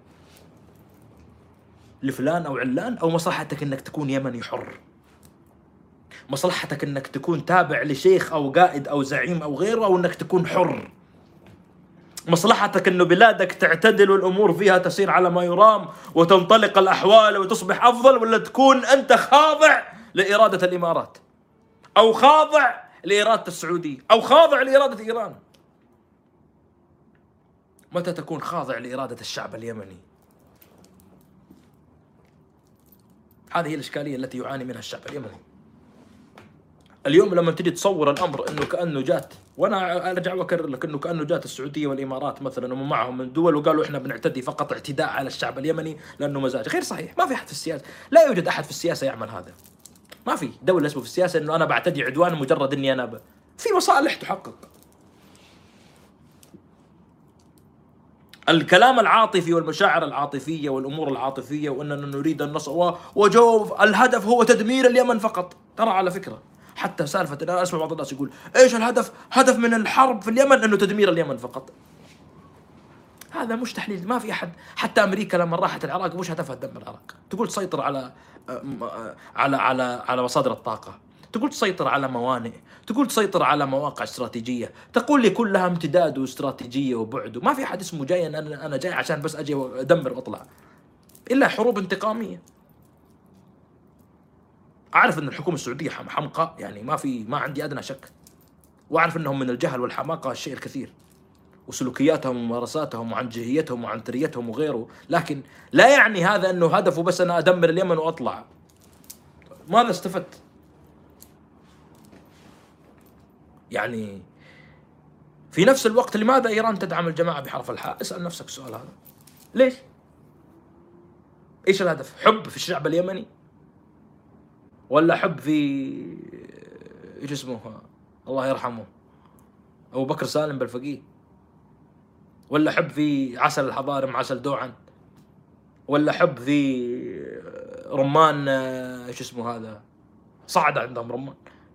لفلان أو علان، أو مصلحتك أنك تكون يمني حر؟ مصلحتك أنك تكون تابع لشيخ أو قائد أو زعيم أو غيره، أو أنك تكون حر؟ مصلحتك أنه بلادك تعتدل والأمور فيها تسير على ما يرام وتنطلق الأحوال وتصبح أفضل، ولا تكون أنت خاضع لإرادة الإمارات، أو خاضع لإرادة السعودية، أو خاضع لإرادة إيران؟ متى تكون خاضع لإرادة الشعب اليمني؟ هذه هي الإشكالية التي يعاني منها الشعب اليمني اليوم. لما تجي تصور الأمر أنه كأنه جات، وأنا أرجع وأكرر لك أنه كأنه جات السعودية والإمارات مثلا ومعهم من دول وقالوا إحنا بنعتدي فقط اعتداء على الشعب اليمني لأنه مزاج، غير صحيح. ما في أحد في السياسة، لا يوجد أحد في السياسة يعمل هذا. ما في دولة اسمه في السياسة أنه أنا بعتدي عدوان مجرد أني أنا ب... في مصالح تحقق. الكلام العاطفي والمشاعر العاطفية والأمور العاطفية وأننا نريد النصر وجو الهدف هو تدمير اليمن فقط. ترى على فكرة حتى سالفة، أنا أسمع بعض الناس يقول إيش الهدف؟ هدف من الحرب في اليمن أنه تدمير اليمن فقط. هذا مش تحليل. ما في أحد، حتى أمريكا لما راحت العراق مش هدفها تدمر العراق، تقول تسيطر على على على على مصادر الطاقة، تقول تسيطر على موانئ، تقول تسيطر على مواقع استراتيجية، تقول لي كلها امتداد واستراتيجية وبعد، وما في أحد اسمه جاي أنا أنا جاي عشان بس أجي أدمر وأطلع، إلا حروب انتقامية. أعرف أن الحكومة السعودية حمقاء، يعني ما في ما عندي أدنى شك، وأعرف أنهم من الجهل والحماقة الشيء الكثير، وسلوكياتهم وممارساتهم وعنجهيتهم وعنتريتهم وغيره، لكن لا يعني هذا أنه هدفه بس أنا أدمر اليمن وأطلع. ماذا استفدت؟ يعني في نفس الوقت لماذا إيران تدعم الجماعة بحرف الحاء؟ اسأل نفسك السؤال هذا. ليش؟ إيش الهدف؟ حب في الشعب اليمني؟ ولا حب في إيش اسمه الله يرحمه أبو بكر سالم بالفقيه؟ ولا حب في عسل الحضارم عسل دوعن؟ ولا حب في رمان إيش اسمه هذا صعد عندهم رمان؟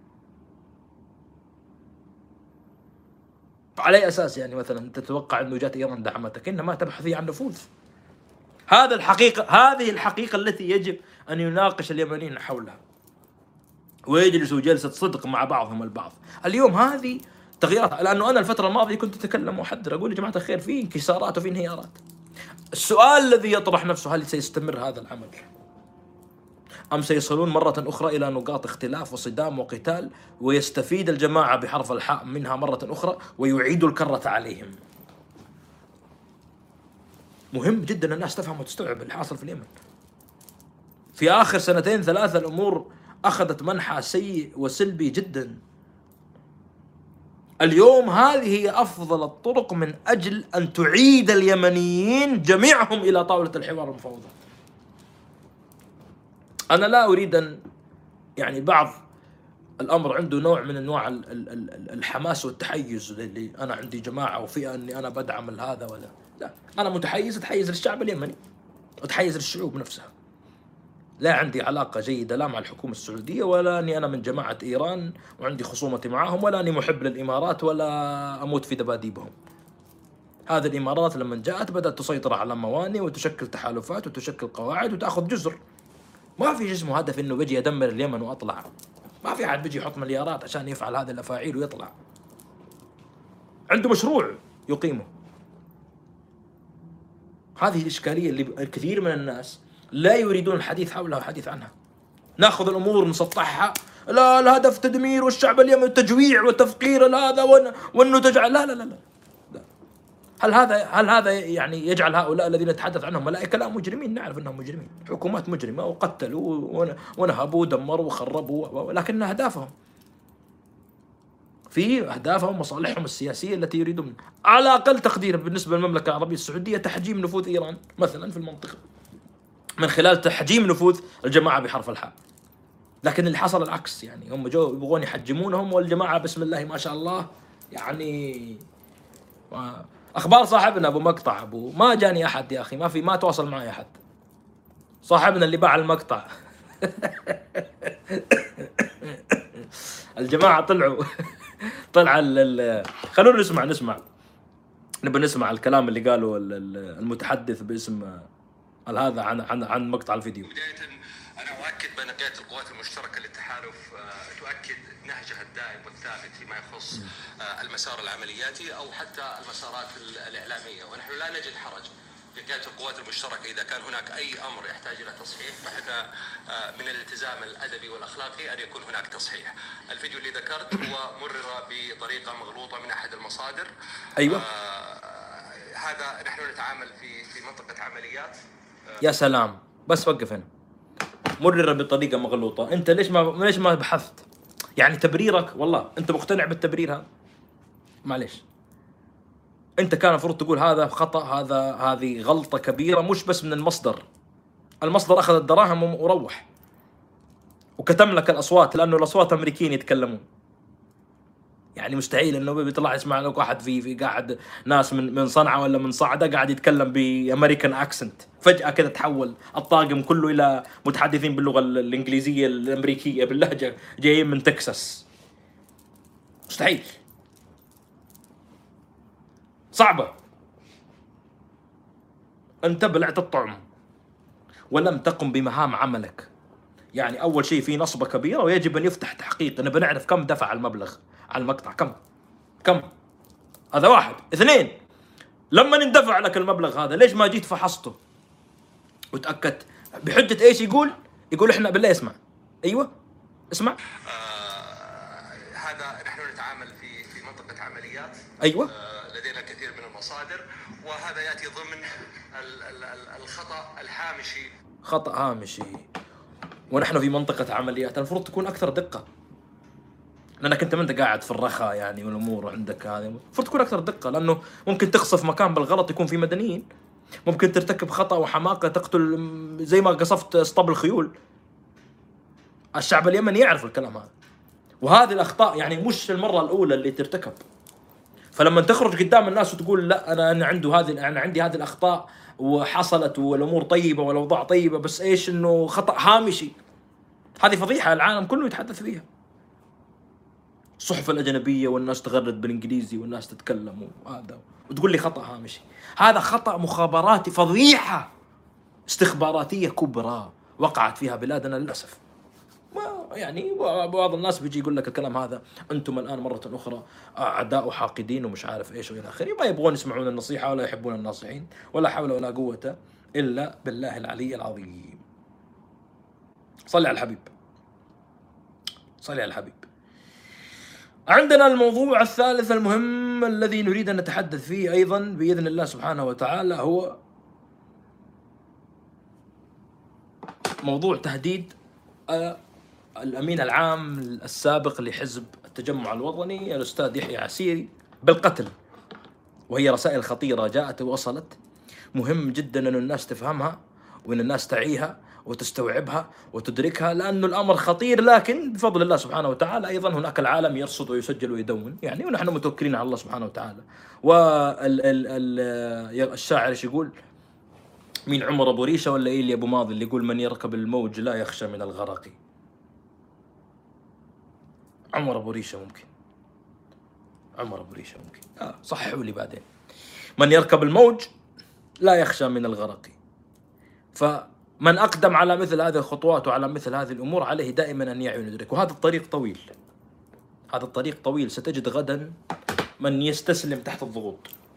على أي أساس يعني مثلا تتوقع أنه جات إيران دعمتك؟ إنما تبحثي عن نفوذ. هذا الحقيقة، هذه الحقيقة التي يجب أن يناقش اليمنيين حولها ويجلسوا جلسة صدق مع بعضهم البعض. اليوم هذه تغييرات، لأنه أنا الفترة الماضية كنت أتكلم وأحذر أقول يا جماعة الخير في انكسارات وفي انهيارات. السؤال الذي يطرح نفسه هل سيستمر هذا العمل أم سيصلون مرة أخرى إلى نقاط اختلاف وصدام وقتال ويستفيد الجماعة بحرف الحاء منها مرة أخرى ويعيدوا الكرة عليهم. مهم جدا الناس تفهم وتستوعب اللي حاصل في اليمن. في آخر سنتين ثلاثة الأمور أخذت منحى سيء وسلبي جدا. اليوم هذه هي أفضل الطرق من أجل أن تعيد اليمنيين جميعهم إلى طاولة الحوار والمفاوضات. أنا لا أريد أن يعني بعض الأمر عنده نوع من أنواع الحماس والتحيز، اللي أنا عندي جماعة وفئة أني أنا بدعم هذا ولا لا، أنا متحيز أتحيز للشعب اليمني وأتحيز للشعوب نفسها. لا عندي علاقة جيدة لا مع الحكومة السعودية ولا أني أنا من جماعة إيران وعندي خصومتي معهم ولا أني محب للإمارات ولا أموت في دباديبهم. هذه الإمارات لما جاءت بدأت تسيطر على موانئ وتشكل تحالفات وتشكل قواعد وتأخذ جزر. ما في جسمه هدف إنه بيجي أدمر اليمن وأطلع. ما في أحد بيجي يحط مليارات عشان يفعل هذه الأفاعيل ويطلع. عنده مشروع يقيمه. هذه الإشكالية اللي الكثير من الناس لا يريدون الحديث حولها والحديث عنها. ناخذ الأمور نسطحها، لا الهدف تدمير والشعب اليمني تجويع وتفقير هذا وأنه تجعل لا لا لا لا. هل هذا هل هذا يعني يجعل هؤلاء الذين نتحدث عنهم ملائكة؟ لا، مجرمين، نعرف أنهم مجرمين، حكومات مجرمة وقتلوا ونهبوا ودمروا وخربوا، لكن أهدافهم في أهدافهم ومصالحهم السياسية التي يريدون على أقل تقدير بالنسبة للمملكة العربية السعودية تحجيم نفوذ إيران مثلا في المنطقة من خلال تحجيم نفوذ الجماعة بحرف الحاء. لكن اللي حصل العكس، يعني هم جو يبغون يحجمونهم والجماعة بسم الله ما شاء الله. يعني أخبار صاحبنا أبو مقطع أبو ما جاني أحد يا أخي، ما في ما تواصل معي أحد. صاحبنا اللي باع المقطع الجماعة طلعوا طلع ال خلونا نسمع نسمع نبى نسمع الكلام اللي قاله المتحدث باسم هذا عن عن عن مقطع الفيديو. بداية أنا أؤكد بأن قيادة القوات المشتركة للتحالف تؤكد نهجها الدائم والثابت فيما يخص المسار العملياتي أو حتى المسارات الإعلامية، ونحن لا نجد حرج في قيادة القوات المشتركة إذا كان هناك أي أمر يحتاج إلى تصحيح، فإحنا من الالتزام الأدبي والأخلاقي أن يكون هناك تصحيح. الفيديو اللي ذكرت هو مرر بطريقة مغلوطة من أحد المصادر. أيوة. آه هذا نحن نتعامل في في منطقة عمليات. آه يا سلام، بس وقف هنا. مرر بطريقة مغلوطة، أنت ليش ما ليش ما بحثت؟ يعني تبريرك والله أنت مقتنع بالتبرير هذا؟ معليش. أنت كان المفروض تقول هذا خطأ، هذا هذه غلطة كبيرة، مش بس من المصدر. المصدر أخذ الدراهم وروح وكتم لك الأصوات، لأنه الأصوات أمريكيين يتكلمون. يعني مستحيل إنه بيطلع يسمع لك واحد في في قاعد ناس من من صنعاء ولا من صعدة قاعد يتكلم بأمريكان أكسنت، فجأة كذا تحول الطاقم كله إلى متحدثين باللغة الإنجليزية الأمريكية باللهجة جايين من تكساس. مستحيل، صعبة. أنت بلعت الطعم ولم تقم بمهام عملك. يعني اول شيء في نصبه كبيره ويجب ان يفتح تحقيق، نبي نعرف كم دفع المبلغ على المقطع، كم كم هذا واحد. اثنين، لما اندفع لك المبلغ هذا ليش ما جيت فحصته وتاكدت؟ بحجه ايش يقول؟ يقول احنا بالله اسمع، ايوه اسمع، آه هذا نحن نتعامل في في منطقه عمليات، ايوه آه لدينا كثير من المصادر، وهذا ياتي ضمن ال ال ال الخطا الهامشي. خطا هامشي، ونحن في منطقه عمليات، المفروض تكون اكثر دقه، لانك انت ما انت قاعد في الرخاء يعني والامور عندك هذه، المفروض تكون اكثر دقه، لانه ممكن تقصف مكان بالغلط يكون في مدنيين، ممكن ترتكب خطا وحماقه تقتل زي ما قصفت اسطبل الخيول. الشعب اليمني يعرف الكلام هذا، وهذه الاخطاء يعني مش المره الاولى اللي ترتكب. فلما تخرج قدام الناس وتقول لا انا انا عنده هذه انا عندي هذه الاخطاء وحصلت والامور طيبه والاوضاع طيبه، بس ايش انه خطا هامشي، هذه فضيحه العالم كله يتحدث فيها. الصحف الاجنبيه والناس تغرد بالانجليزي والناس تتكلم وهذا، وتقول لي خطا هامشي. هذا خطا مخابراتي، فضيحه استخباراتيه كبرى وقعت فيها بلادنا للاسف. ما يعني بعض الناس بيجي يقول لك الكلام هذا، انتم الان مره اخرى اعداء وحاقدين ومش عارف ايش والى اخره، ما يبغون يسمعون النصيحه ولا يحبون الناصحين، ولا حول ولا قوه الا بالله العلي العظيم. صلي على الحبيب، صلي على الحبيب. عندنا الموضوع الثالث المهم الذي نريد ان نتحدث فيه ايضا باذن الله سبحانه وتعالى، هو موضوع تهديد الأمين العام السابق لحزب التجمع الوطني الأستاذ يحيى عسيري بالقتل، وهي رسائل خطيرة جاءت ووصلت، مهم جدا أن الناس تفهمها وأن الناس تعيها وتستوعبها وتدركها، لأن الأمر خطير، لكن بفضل الله سبحانه وتعالى أيضا هناك العالم يرصد ويسجل ويدون يعني، ونحن متوكلين على الله سبحانه وتعالى. والشاعر ايش يقول؟ مين عمر أبو ريشة ولا إيه اللي أبو ماضي اللي يقول من يركب الموج لا يخشى من الغرق؟ عمر أبو ريشة ممكن، عمر أبو ريشة ممكن، آه صححوا لي بعدين. من يركب الموج لا يخشى من الغرق. فمن أقدم على مثل هذه الخطوات وعلى مثل هذه الأمور عليه دائما أن يعي ويدرك، وهذا الطريق طويل، هذا الطريق طويل. ستجد غدا من يستسلم تحت الضغوط،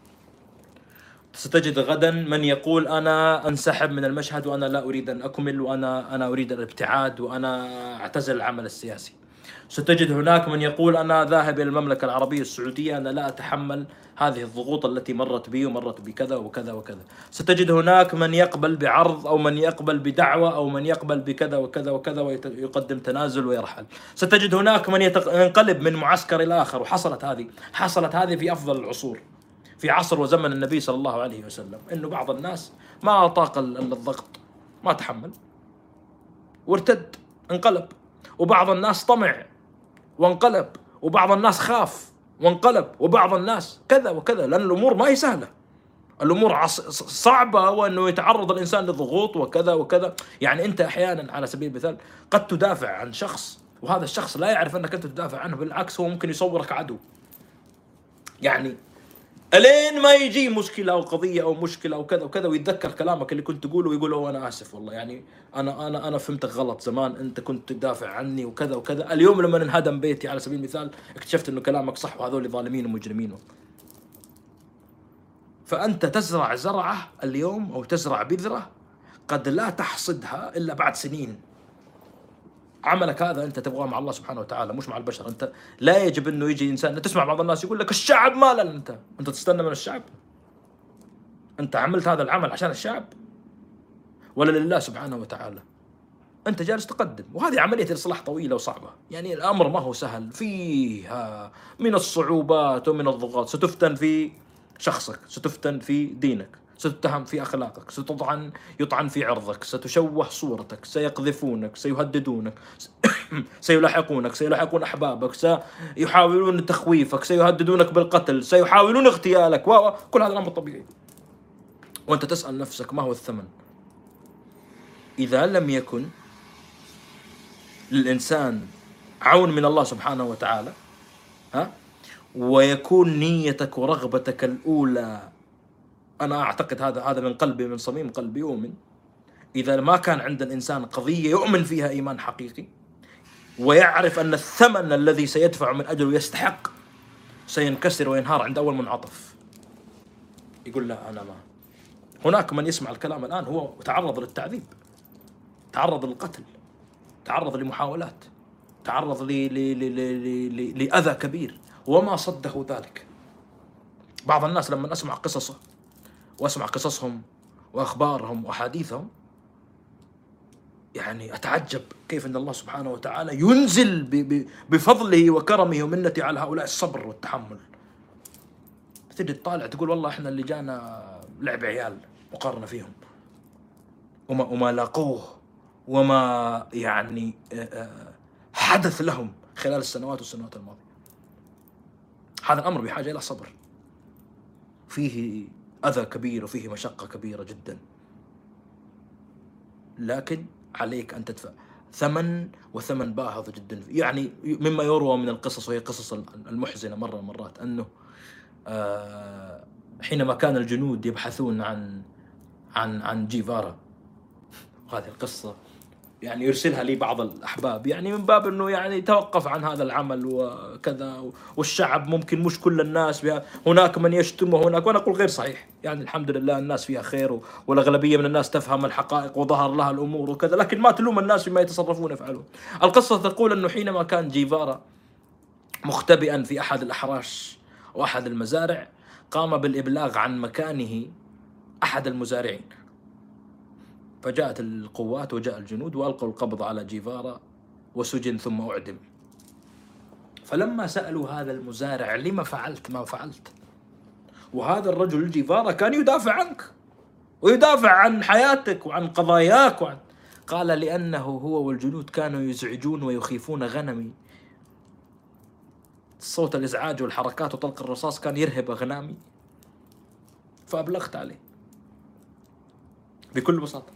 ستجد غدا من يقول أنا أنسحب من المشهد وأنا لا أريد أن أكمل وأنا أنا أريد الابتعاد وأنا أعتزل العمل السياسي. ستجد هناك من يقول أنا ذاهب إلى المملكة العربية السعودية، أنا لا أتحمل هذه الضغوط التي مرت بي ومرت بكذا وكذا وكذا. ستجد هناك من يقبل بعرض أو من يقبل بدعوة أو من يقبل بكذا وكذا وكذا ويقدم تنازل ويرحل. ستجد هناك من ينقلب من معسكر إلى آخر، وحصلت هذه حصلت هذه في أفضل العصور، في عصر وزمن النبي صلى الله عليه وسلم، إنه بعض الناس ما طاق الضغط، ما تحمل وارتد انقلب، وبعض الناس طمع وانقلب، وبعض الناس خاف وانقلب، وبعض الناس كذا وكذا، لأن الأمور ما هي سهلة، الأمور صعبة، وأنه يتعرض الإنسان لضغوط وكذا وكذا. يعني أنت أحيانا على سبيل المثال قد تدافع عن شخص وهذا الشخص لا يعرف أنك أنت تدافع عنه، بالعكس هو ممكن يصورك عدو، يعني الين ما يجي مشكلة أو قضية أو مشكلة أو كذا وكذا ويتذكر كلامك اللي كنت تقوله ويقول له أنا آسف والله، يعني أنا أنا أنا فهمتك غلط زمان، أنت كنت تدافع عني وكذا وكذا، اليوم لما انهدم بيتي على سبيل المثال اكتشفت إنه كلامك صح وهذول ظالمين ومجرمين. فأنت تزرع زرعة اليوم أو تزرع بذرة قد لا تحصدها إلا بعد سنين. عملك هذا أنت تبغاه مع الله سبحانه وتعالى مش مع البشر. أنت لا يجب أنه يجي إنسان، تسمع بعض الناس يقول لك الشعب مالا، أنت أنت تستنى من الشعب؟ أنت عملت هذا العمل عشان الشعب ولا لله سبحانه وتعالى؟ أنت جالس تقدم، وهذه عملية الإصلاح طويلة وصعبة، يعني الأمر ما هو سهل، فيها من الصعوبات ومن الضغوط، ستفتن في شخصك، ستفتن في دينك، ستتهم في أخلاقك، ستطعن يطعن في عرضك، ستشوه صورتك، سيقذفونك، سيهددونك، سيلاحقونك، سيلاحقون أحبابك، سيحاولون تخويفك، سيهددونك بالقتل، سيحاولون اغتيالك، وكل هذا الأمر طبيعي. وأنت تسأل نفسك ما هو الثمن إذا لم يكن للإنسان عون من الله سبحانه وتعالى، ها، ويكون نيتك ورغبتك الأولى. أنا أعتقد هذا هذا من قلبي، من صميم قلبي أؤمن إذا ما كان عند الإنسان قضية يؤمن فيها إيمان حقيقي ويعرف أن الثمن الذي سيدفع من أجله يستحق سينكسر وينهار عند أول منعطف، يقول لا أنا ما. هناك من يسمع الكلام الآن هو تعرض للتعذيب، تعرض للقتل، تعرض لمحاولات، تعرض لأذى كبير وما صده ذلك. بعض الناس لما أسمع قصصه وأسمع قصصهم وأخبارهم وأحاديثهم يعني أتعجب كيف أن الله سبحانه وتعالى ينزل بفضله وكرمه ومنته على هؤلاء الصبر والتحمل. تجي تطالع تقول والله إحنا اللي جانا لعب عيال مقارنة فيهم، وما, وما لاقوه وما يعني حدث لهم خلال السنوات والسنوات الماضية. هذا الأمر بحاجة إلى صبر، فيه أذى كبير وفيه مشقة كبيرة جدا، لكن عليك أن تدفع ثمن، وثمن باهظ جدا. يعني مما يروى من القصص، وهي قصص المحزنة مرة مرات، أنه حينما كان الجنود يبحثون عن عن عن جيفارا، هذه القصة يعني يرسلها لي بعض الأحباب، يعني من باب أنه يعني توقف عن هذا العمل وكذا، والشعب ممكن مش كل الناس بها، هناك من يشتم وهناك، وأنا أقول غير صحيح. يعني الحمد لله الناس فيها خير، والأغلبية من الناس تفهم الحقائق وظهر لها الأمور وكذا، لكن ما تلوم الناس بما يتصرفون يفعلون. القصة تقول أنه حينما كان جيفارا مختبئا في أحد الأحراش وأحد المزارع، قام بالإبلاغ عن مكانه أحد المزارعين، فجاءت القوات وجاء الجنود وألقوا القبض على جيفارا وسجن ثم أعدم. فلما سألوا هذا المزارع لما فعلت ما فعلت، وهذا الرجل جيفارا كان يدافع عنك ويدافع عن حياتك وعن قضاياك وعن، قال لأنه هو والجنود كانوا يزعجون ويخيفون غنمي، صوت الإزعاج والحركات وطلق الرصاص كان يرهب أغنامي فأبلغت عليه بكل بساطة.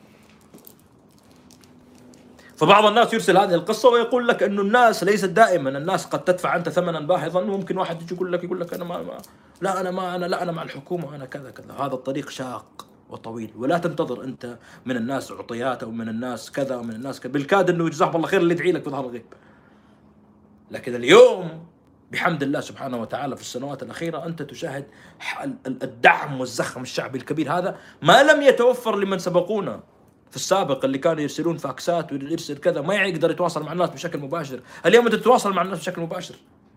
فبعض الناس يرسل هذه القصة ويقول لك أنه الناس ليست دائما، الناس قد تدفع أنت ثمنا باهظا، وممكن واحد يجي يقول لك يقول لك أنا ما, ما لا أنا ما أنا لا أنا مع الحكومة أنا كذا كذا. هذا الطريق شاق وطويل، ولا تنتظر أنت من الناس عطيات أو من الناس كذا ومن الناس كذا، بالكاد أنه يجزاهم الله خير اللي يدعي لك بظهر الغيب. لكن اليوم بحمد الله سبحانه وتعالى في السنوات الأخيرة أنت تشاهد الدعم والزخم الشعبي الكبير، هذا ما لم يتوفر لمن سبقونا في السابق، اللي كانوا يرسلون فاكسات ويرسل كذا ما يقدر يتواصل مع الناس بشكل مباشر. اليوم أنت تتواصل مع الناس بشكل مباشر،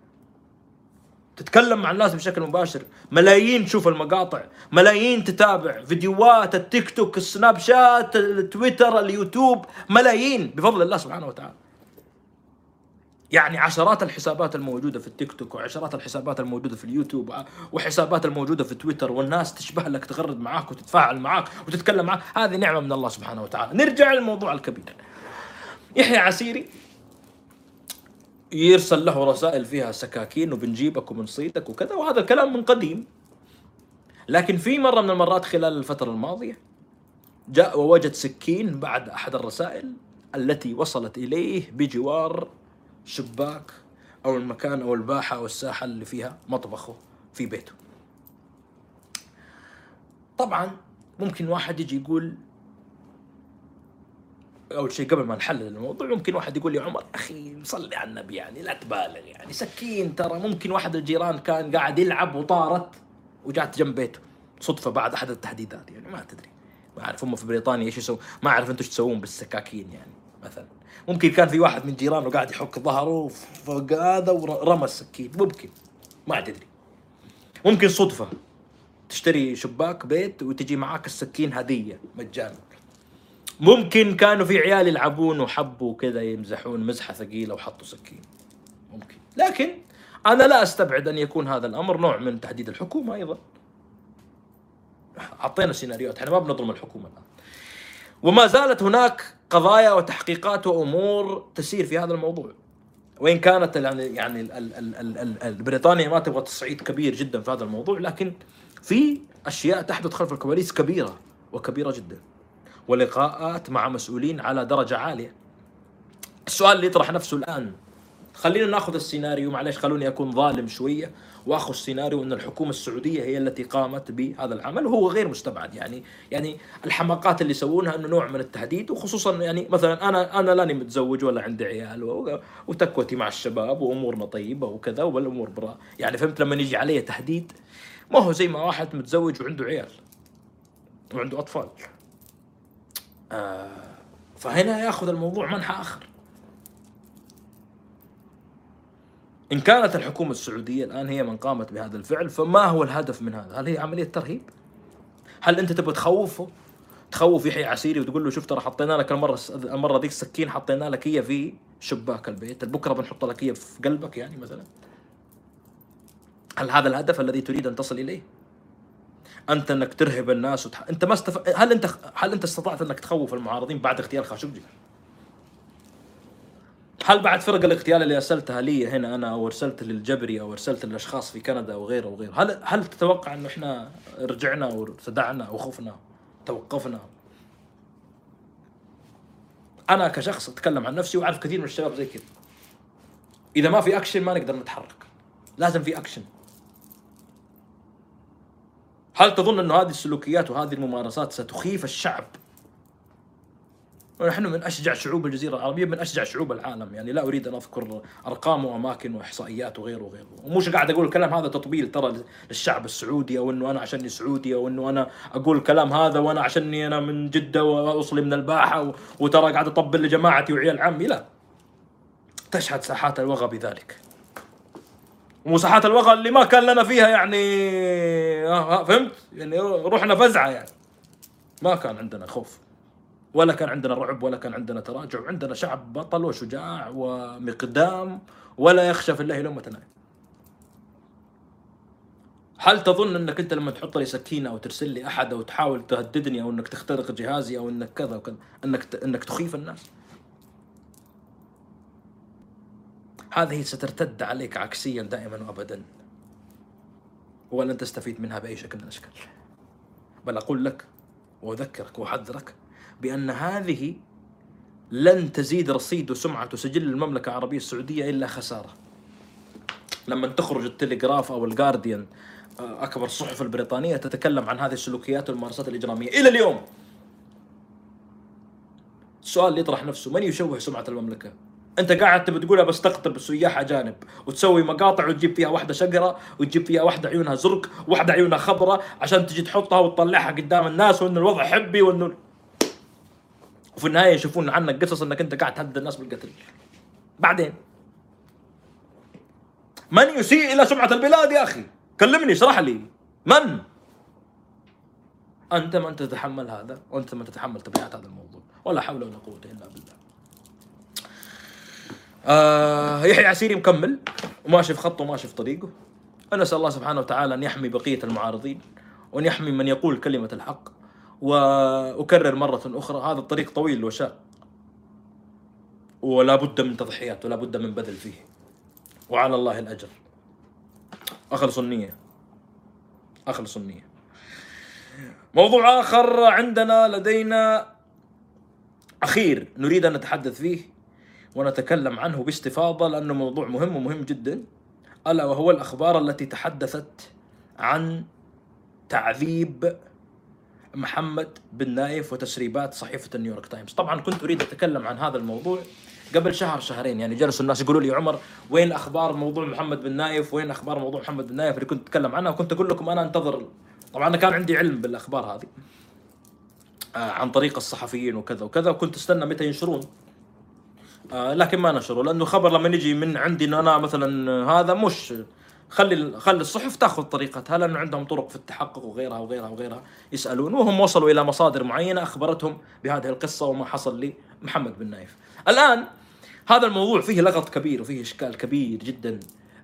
تتكلم مع الناس بشكل مباشر، ملايين تشوف المقاطع، ملايين تتابع فيديوهات التيك توك، السناب شات، التويتر، اليوتيوب، ملايين بفضل الله سبحانه وتعالى. يعني عشرات الحسابات الموجودة في التيك توك، وعشرات الحسابات الموجودة في اليوتيوب، وحسابات الموجودة في تويتر، والناس تشبه لك، تغرد معاك وتتفاعل معاك وتتكلم معاك. هذه نعمة من الله سبحانه وتعالى. نرجع للموضوع الكبير. يحيى عسيري يرسل له رسائل فيها سكاكين وبنجيبك وبنصيدك وكذا، وهذا الكلام من قديم. لكن في مرة من المرات خلال الفترة الماضية جاء ووجد سكين بعد أحد الرسائل التي وصلت إليه بجوار شباك أو المكان أو الباحة أو الساحة اللي فيها مطبخه في بيته. طبعا ممكن واحد يجي يقول، أول شيء قبل ما نحلل الموضوع، ممكن واحد يقول يا عمر أخي صلي على النبي، يعني لا تبالغ، يعني سكين ترى ممكن واحد الجيران كان قاعد يلعب وطارت وجات جنب بيته صدفة بعد أحد التحديدات، يعني ما تدري، ما أعرف هم في بريطانيا إيش يسوون، ما أعرف أنتوا إيش تسوون بالسكاكين. يعني مثلا ممكن كان في واحد من جيرانه قاعد يحك ظهره فوق هذا ورمى السكين، ممكن ما تدري. ممكن صدفة تشتري شباك بيت وتجي معاك السكين هدية مجانا. ممكن كانوا في عيال يلعبون وحبوا كذا يمزحون مزحة ثقيلة وحطوا سكين، ممكن. لكن أنا لا أستبعد أن يكون هذا الأمر نوع من تهديد الحكومة أيضا. عطينا سيناريوهات، احنا ما بنظلم الحكومة الآن، وما زالت هناك قضايا وتحقيقات وأمور تسير في هذا الموضوع. وإن كانت يعني يعني ال ال ال ال بريطانيا ما تبغى تصعيد كبير جدا في هذا الموضوع، لكن في أشياء تحدث خلف الكواليس كبيرة وكبيرة جدا، ولقاءات مع مسؤولين على درجة عالية. السؤال اللي يطرح نفسه الآن خلينا ناخذ السيناريو، معلش خلوني اكون ظالم شويه واخذ السيناريو ان الحكومه السعوديه هي التي قامت بهذا العمل، وهو غير مستبعد. يعني يعني الحماقات اللي يسوونها انه نوع من التهديد، وخصوصا يعني مثلا انا انا لاني متزوج ولا عندي عيال وتكوتي مع الشباب وامورنا طيبه وكذا والامور برا، يعني فهمت لما يجي علي تهديد ما هو زي ما واحد متزوج وعنده عيال وعنده اطفال. آه فهنا ياخذ الموضوع منحى اخر. إن كانت الحكومة السعودية الآن هي من قامت بهذا الفعل، فما هو الهدف من هذا؟ هل هي عملية ترهيب؟ هل أنت تبغى تخوفه؟ تخوف يحيى عسيري وتقول له شوف ترى حطينا لك المرة المرة ذيك سكين حطينا لك هي في شباك البيت، بكرة بنحط لك هي في قلبك يعني مثلا؟ هل هذا الهدف الذي تريد أن تصل إليه؟ أنت أنك ترهب الناس وتح... أنت ما استف... هل أنت هل أنت استطعت أنك تخوف المعارضين بعد اغتيال خاشقجي؟ هل بعد فرق الاغتيال اللي ارسلتها لي هنا انا او ارسلت للجبري او ارسلت للاشخاص في كندا وغيره وغيره، هل هل تتوقع انه احنا رجعنا وارتدعنا وخفنا توقفنا؟ انا كشخص اتكلم عن نفسي واعرف كثير من الشباب زي كذا. اذا ما في اكشن ما نقدر نتحرك، لازم في اكشن. هل تظن انه هذه السلوكيات وهذه الممارسات ستخيف الشعب؟ ونحن من أشجع شعوب الجزيرة العربية، من أشجع شعوب العالم، يعني لا أريد أن أذكر أرقام وأماكن وإحصائيات وغيره وغيره، ومش قاعد أقول الكلام هذا تطبيل ترى للشعب السعودي، أو إنه أنا عشاني سعودي، أو إنه أنا أقول الكلام هذا وأنا عشاني أنا من جدة وأوصلي من الباحة وترى قاعد أطبل لجماعتي وعيال عمي، لا. تشهد ساحات الوغى بذلك، ومساحات الوغى اللي ما كان لنا فيها يعني فهمت؟ يعني روحنا فزعة، يعني ما كان عندنا خوف ولا كان عندنا رعب ولا كان عندنا تراجع، عندنا شعب بطل وشجاع ومقدام ولا يخشى في الله لومة لائم. هل تظن انك انت لما تحط لي سكينه او ترسل لي احد او تحاول تهددني او انك تخترق جهازي او انك كذا وكذا انك انك تخيف الناس؟ هذه سترتد عليك عكسيا دائما وابدا، ولن تستفيد منها باي شكل من الاشكال. بل اقول لك واذكرك واحذرك بأن هذه لن تزيد رصيد وسمعة وسجل المملكة العربية السعودية إلا خسارة. لما تخرج التلغراف أو الجارديان أكبر الصحف البريطانية تتكلم عن هذه السلوكيات والممارسات الإجرامية إلى اليوم، السؤال اللي يطرح نفسه من يشوه سمعة المملكة؟ أنت قاعد تبي تقولها بس تقطب سياح أجانب وتسوي مقاطع وتجيب فيها واحدة شقرة وتجيب فيها واحدة عيونها زرق واحدة عيونها خضرة عشان تجي تحطها وتطلعها قدام الناس وإن الوضع حبي وإنه، وفي النهاية يشوفون عنك قصص انك انت قاعد تهدد الناس بالقتل. بعدين من يسيء الى سمعة البلاد يا اخي؟ كلمني اشرح لي من؟ انت من تتحمل هذا وانت من تتحمل تبعات هذا الموضوع، ولا حول ولا قوة الا بالله. آه يحيى عسيري مكمل وماشي في خطه وماشي في طريقه. انا اسال الله سبحانه وتعالى ان يحمي بقية المعارضين وان يحمي من يقول كلمة الحق. وأكرر مرة أخرى هذا الطريق طويل وشاق ولا بد من تضحيات ولا بد من بذل فيه، وعلى الله الأجر. أخلص النية أخلص النية. موضوع آخر عندنا لدينا أخير نريد أن نتحدث فيه ونتكلم عنه باستفاضة لأنه موضوع مهم ومهم جدا، ألا وهو الأخبار التي تحدثت عن تعذيب محمد بن نايف وتسريبات صحيفة نيويورك تايمز. طبعا كنت أريد أتكلم عن هذا الموضوع قبل شهر شهرين، يعني جلسوا الناس يقولوا لي عمر وين أخبار موضوع محمد بن نايف، وين أخبار موضوع محمد بن نايف اللي كنت أتكلم عنها، وكنت أقول لكم أنا أنتظر. طبعا أنا كان عندي علم بالأخبار هذه آه عن طريق الصحفيين وكذا وكذا، وكنت استنى متى ينشرون آه لكن ما نشروا، لأنه خبر لما يجي من عندي إنه أنا مثلا هذا مش خلي خلي الصحف تاخذ طريقتها، لانه عندهم طرق في التحقق وغيرها وغيرها وغيرها يسالون، وهم وصلوا الى مصادر معينه اخبرتهم بهذه القصه وما حصل لمحمد بن نايف. الان هذا الموضوع فيه لغط كبير وفيه اشكال كبير جدا،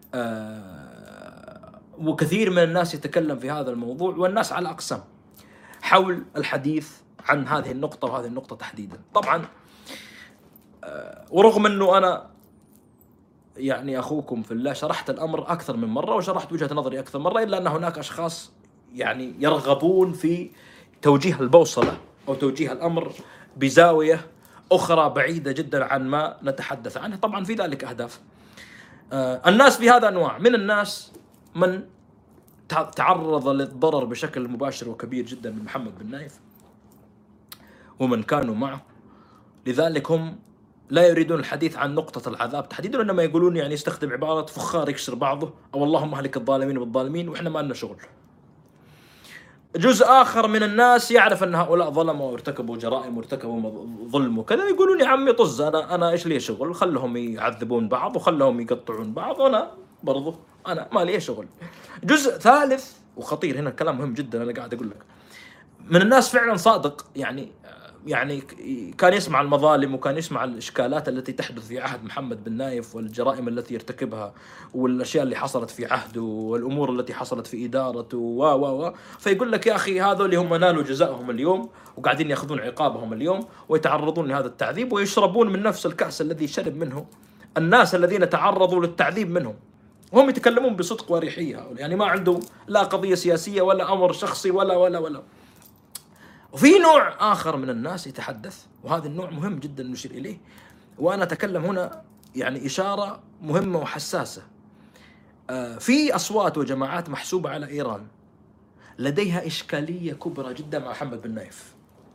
آه وكثير من الناس يتكلم في هذا الموضوع والناس على اقسام حول الحديث عن هذه النقطه وهذه النقطه تحديدا. طبعا آه ورغم انه انا يعني أخوكم في الله شرحت الأمر أكثر من مرة وشرحت وجهة نظري أكثر مرة، إلا أن هناك أشخاص يعني يرغبون في توجيه البوصلة أو توجيه الأمر بزاوية أخرى بعيدة جدا عن ما نتحدث عنه. طبعا في ذلك أهداف، آه الناس في هذا انواع، من الناس من تعرض للضرر بشكل مباشر وكبير جدا من محمد بن نايف ومن كانوا معه، لذلك هم لا يريدون الحديث عن نقطة العذاب تحديدا، انما يقولون يعني يستخدم عبارة فخار يكسر بعضه او اللهم اهلك الظالمين بالظالمين واحنا ما لنا شغل. جزء اخر من الناس يعرف ان هؤلاء ظلموا وارتكبوا جرائم وارتكبوا ظلم وكذا، يقولون يا عمي طز، انا انا ايش لي شغل، خلهم يعذبون بعض وخلهم يقطعون بعض وانا برضو انا ما لي شغل. جزء ثالث وخطير، هنا الكلام مهم جدا انا قاعد اقول لك، من الناس فعلا صادق، يعني يعني كان يسمع المظالم وكان يسمع الإشكالات التي تحدث في عهد محمد بن نايف والجرائم التي يرتكبها والأشياء اللي حصلت في عهده والأمور التي حصلت في إدارته و و و فيقول لك يا أخي هذول هم نالوا جزاءهم اليوم وقاعدين يأخذون عقابهم اليوم ويتعرضون لهذا التعذيب ويشربون من نفس الكأس الذي شرب منه الناس الذين تعرضوا للتعذيب منهم، وهم يتكلمون بصدق واريحية، يعني ما عندهم لا قضية سياسية ولا أمر شخصي ولا ولا ولا. وفي نوع آخر من الناس يتحدث، وهذا النوع مهم جدا نشير إليه، وأنا أتكلم هنا يعني إشارة مهمة وحساسة. في أصوات وجماعات محسوبة على إيران لديها إشكالية كبرى جدا مع محمد بن نايف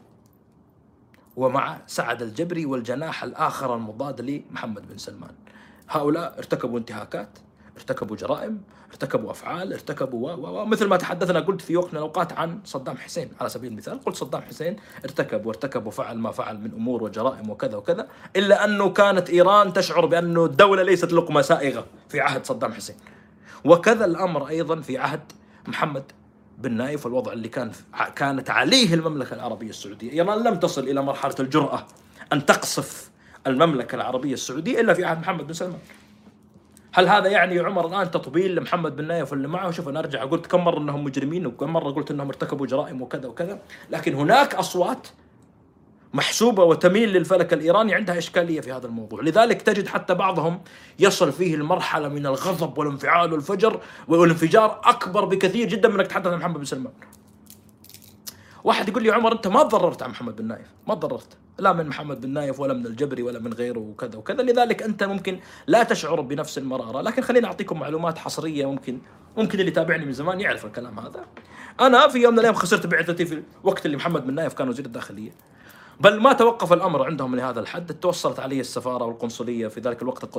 ومع سعد الجبري والجناح الآخر المضاد لمحمد بن سلمان. هؤلاء ارتكبوا انتهاكات، ارتكبوا جرائم، ارتكبوا أفعال، ارتكبوا و و مثل ما تحدثنا قلت في وقت من الأوقات عن صدام حسين على سبيل المثال، قلت صدام حسين ارتكب وارتكب وفعل ما فعل من أمور وجرائم وكذا وكذا، إلا أنه كانت إيران تشعر بأنه الدولة ليست لقمة سائغة في عهد صدام حسين. وكذا الأمر أيضا في عهد محمد بن نايف، والوضع اللي كان كانت عليه المملكة العربية السعودية. إيران لم تصل إلى مرحلة الجرأة أن تقصف المملكة العربية السعودية إلا في عهد محمد بن سلمان. هل هذا يعني يا عمر الآن تطبيل لمحمد بن نايف واللي معه؟ شوف أنا أرجع قلت كم مرة أنهم مجرمين وكم مرة قلت أنهم ارتكبوا جرائم وكذا وكذا، لكن هناك أصوات محسوبة وتميل للفلك الإيراني عندها إشكالية في هذا الموضوع. لذلك تجد حتى بعضهم يصل فيه المرحلة من الغضب والانفعال والفجر والانفجار أكبر بكثير جدا من أنك تتحدث عن محمد بن سلمان. واحد يقول لي عمر أنت ما تضررت عن محمد بن نايف، ما تضررت لا من محمد بن نايف ولا من الجبري ولا من غيره وكذا وكذا، لذلك أنت ممكن لا تشعر بنفس المرارة. لكن خليني أعطيكم معلومات حصرية، ممكن ممكن اللي تابعني من زمان يعرف الكلام هذا. أنا في يوم من الأيام خسرت بعثتي في الوقت اللي محمد بن نايف كان وزير الداخلية، بل ما توقف الأمر عندهم لهذا الحد، توصلت علي السفارة والقنصلية في ذلك الوقت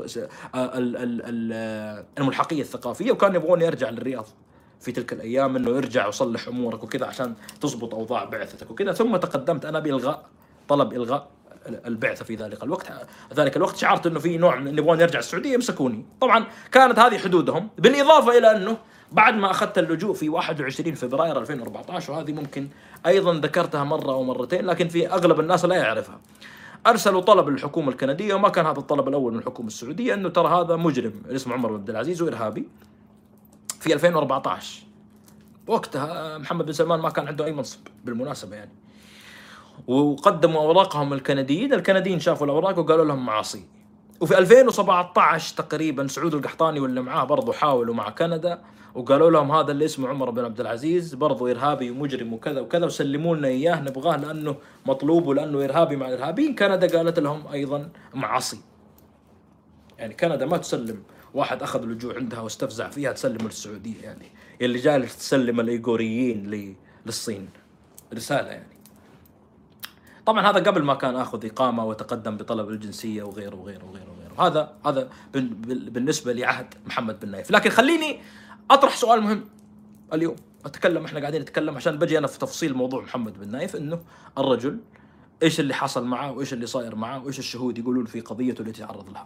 الملحقية الثقافية، وكانوا يبغوني أرجع للرياض في تلك الأيام، أنه يرجع وصلح أمورك وكذا عشان تضبط أوضاع بعثتك وكذا. ثم تقدمت أنا بإلغاء طلب إلغاء البعثة في ذلك الوقت. ذلك الوقت شعرت أنه في نوع من يبغون يرجع السعودية يمسكوني. طبعا كانت هذه حدودهم، بالإضافة إلى أنه بعد ما أخذت اللجوء في واحد وعشرين فبراير ألفين وأربعة عشر، وهذه ممكن أيضا ذكرتها مرة أو مرتين لكن في أغلب الناس لا يعرفها، أرسلوا طلب للحكومة الكندية، وما كان هذا الطلب الأول من الحكومة السعودية، أنه ترى هذا مجرم اسمه عمر بن عبد العزيز وإرهابي في ألفين وأربعة عشر. وقتها محمد بن سلمان ما كان عنده أي منصب بالمناسبة يعني، وقدموا أوراقهم الكنديين، الكنديين شافوا الأوراق وقالوا لهم معاصي. وفي ألفين وسبعة عشر تقريبا سعود القحطاني واللي معاه برضو حاولوا مع كندا وقالوا لهم هذا اللي اسمه عمر بن عبد العزيز برضو إرهابي ومجرم وكذا وكذا وسلموا لنا إياه نبغاه لأنه مطلوب ولأنه إرهابي مع الإرهابيين. كندا قالت لهم أيضا معاصي، يعني كندا ما تسلم واحد أخذ اللجوء عندها واستفزع فيها تسلمه للسعودية، يعني اللي جالس تسلم الإيغوريين للصين رسالة يعني. طبعا هذا قبل ما كان أخذ إقامة وتقدم بطلب الجنسية وغيره وغيره وغيره وغيره. هذا هذا بالنسبة لعهد محمد بن نايف. لكن خليني أطرح سؤال مهم اليوم، أتكلم إحنا قاعدين نتكلم عشان بجي أنا في تفصيل موضوع محمد بن نايف، إنه الرجل إيش اللي حصل معه وإيش اللي صاير معه وإيش الشهود يقولون في قضيته اللي تعرض لها.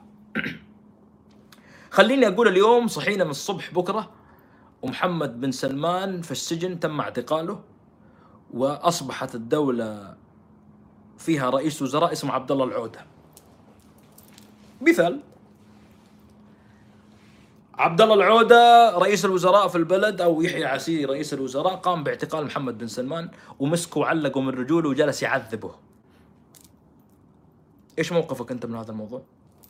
خليني أقول اليوم صحينا من الصبح بكرة ومحمد بن سلمان في السجن تم اعتقاله، وأصبحت الدولة فيها رئيس وزراء اسمه عبد الله العودة. مثال عبد الله العودة رئيس الوزراء في البلد، أو يحيى عسيري رئيس الوزراء، قام باعتقال محمد بن سلمان ومسكه وعلقه من رجوله وجلس يعذبه. إيش موقفك أنت من هذا الموضوع؟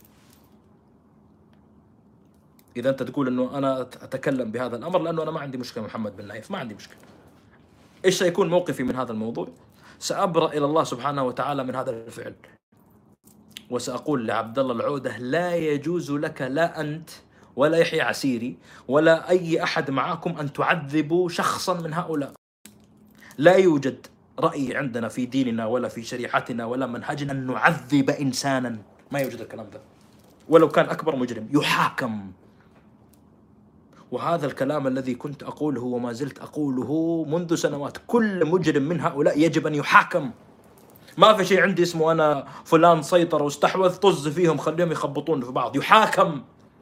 إذا أنت تقول أنه أنا أتكلم بهذا الأمر لأنه أنا ما عندي مشكلة محمد بن نايف، ما عندي مشكلة، إيش سيكون موقفي من هذا الموضوع؟ سأبرأ إلى الله سبحانه وتعالى من هذا الفعل، وسأقول لعبد الله العودة لا يجوز لك لا أنت ولا يحيى عسيري ولا أي أحد معاكم أن تعذبوا شخصا من هؤلاء. لا يوجد رأي عندنا في ديننا ولا في شريعتنا ولا منهجنا أن نعذب إنسانا، ما يوجد الكلام ده، ولو كان أكبر مجرم يحاكم. وهذا الكلام الذي كنت أقوله وما زلت أقوله منذ سنوات، كل مجرم من هؤلاء يجب أن يحاكم. ما في شيء عندي اسمه أنا فلان سيطر واستحوذ طز فيهم خليهم يخبطون في بعض، يحاكم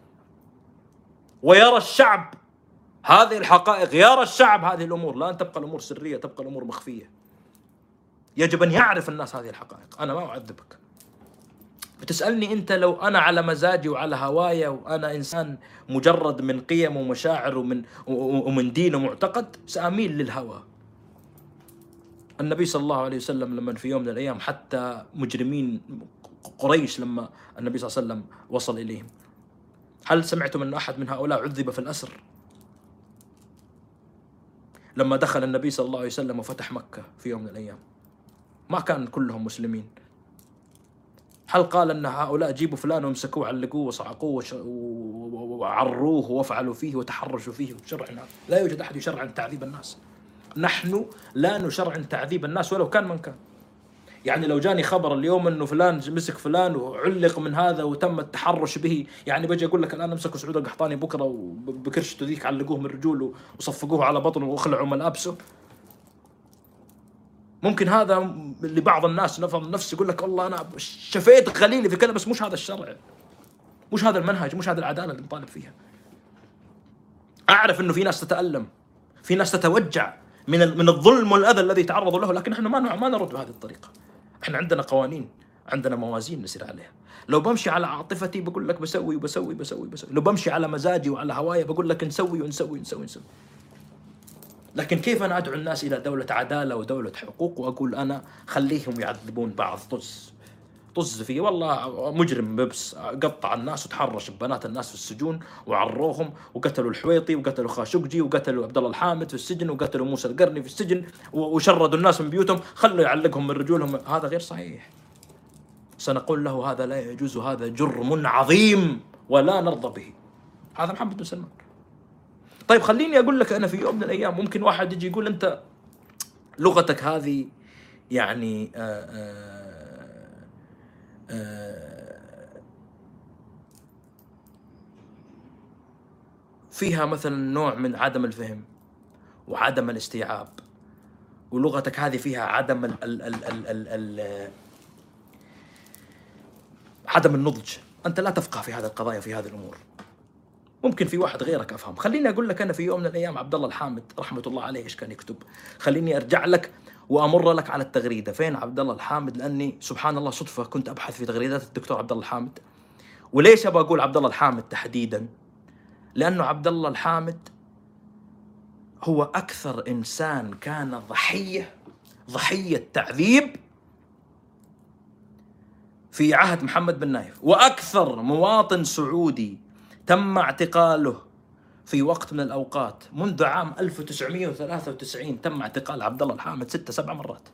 ويرى الشعب هذه الحقائق، يرى الشعب هذه الأمور، لا أن تبقى الأمور سرية، تبقى الأمور مخفية. يجب أن يعرف الناس هذه الحقائق. أنا ما أعذبك. بتسألني أنت لو أنا على مزاجي وعلى هوايا وأنا إنسان مجرد من قيم ومشاعر ومن ومن دين ومعتقد، سأميل للهوى. النبي صلى الله عليه وسلم لما في يوم من الأيام حتى مجرمين قريش لما النبي صلى الله عليه وسلم وصل إليهم، هل سمعتم أن أحد من هؤلاء عذب في الأسر؟ لما دخل النبي صلى الله عليه وسلم وفتح مكة في يوم من الأيام ما كان كلهم مسلمين، هل قال أن هؤلاء جيبوا فلان وامسكوه علقوه وصعقوه وعروه وافعلوا فيه وتحرشوا فيه وشرعنا؟ لا يوجد أحد يشرع تعذيب الناس. نحن لا نشرع تعذيب الناس ولو كان من كان. يعني لو جاني خبر اليوم أنه فلان مسك فلان وعلق من هذا وتم التحرش به، يعني بجي أقول لك الآن امسكوا سعود القحطاني بكرة وبكرشته ذيك علقوه من رجوله وصفقوه على بطنه وخلعوا ملابسه؟ ممكن هذا لبعض الناس نفهم نفس يقول لك والله أنا شفيت خليلي في كذا، بس مش هذا الشرع، مش هذا المنهج، مش هذه العدالة اللي نطالب فيها. أعرف أنه في ناس تتألم، في ناس تتوجع من من الظلم والأذى الذي تعرضوا له، لكن احنا ما ما نرد بهذه الطريقة. احنا عندنا قوانين، عندنا موازين نسير عليها. لو بمشي على عاطفتي بقول لك بسوي وبسوي بسوي بسوي، لو بمشي على مزاجي وعلى هوايا بقول لك نسوي ونسوي ونسوي ونسوي. لكن كيف أنا أدعو الناس إلى دولة عدالة ودولة حقوق وأقول أنا خليهم يعذبون بعض؟ طز طز فيه والله مجرم ببس قطع الناس وتحرش ببنات الناس في السجون وعروهم وقتلوا الحويطي وقتلوا خاشقجي وقتلوا عبد الله الحامد في السجن وقتلوا موسى القرني في السجن وشردوا الناس من بيوتهم، خلوا يعلقهم من رجولهم. هذا غير صحيح. سنقول له هذا لا يجوز، هذا جرم عظيم ولا نرضى به. هذا محمد بن سلمان. طيب خليني أقول لك أنا في يوم من الأيام ممكن واحد يجي يقول أنت لغتك هذه يعني آآ آآ آآ فيها مثلا نوع من عدم الفهم وعدم الاستيعاب، ولغتك هذه فيها عدم ال ال ال ال ال ال عدم النضج، أنت لا تفقه في هذه القضايا في هذه الأمور. ممكن في واحد غيرك أفهم. خليني أقول لك أنا في يوم من الأيام عبد الله الحامد رحمة الله عليه إيش كان يكتب. خليني أرجع لك وأمر لك على التغريدة. فين عبد الله الحامد؟ لأني سبحان الله صدفة كنت أبحث في تغريدات الدكتور عبد الله الحامد. وليش أبغى أقول عبد الله الحامد تحديدا؟ لأنه عبد الله الحامد هو أكثر إنسان كان ضحية ضحية تعذيب في عهد محمد بن نايف، وأكثر مواطن سعودي تم اعتقاله في وقت من الأوقات منذ عام ألف وتسعمئة وثلاثة وتسعين. تم اعتقال عبد الله الحامد ستة سبع مرات.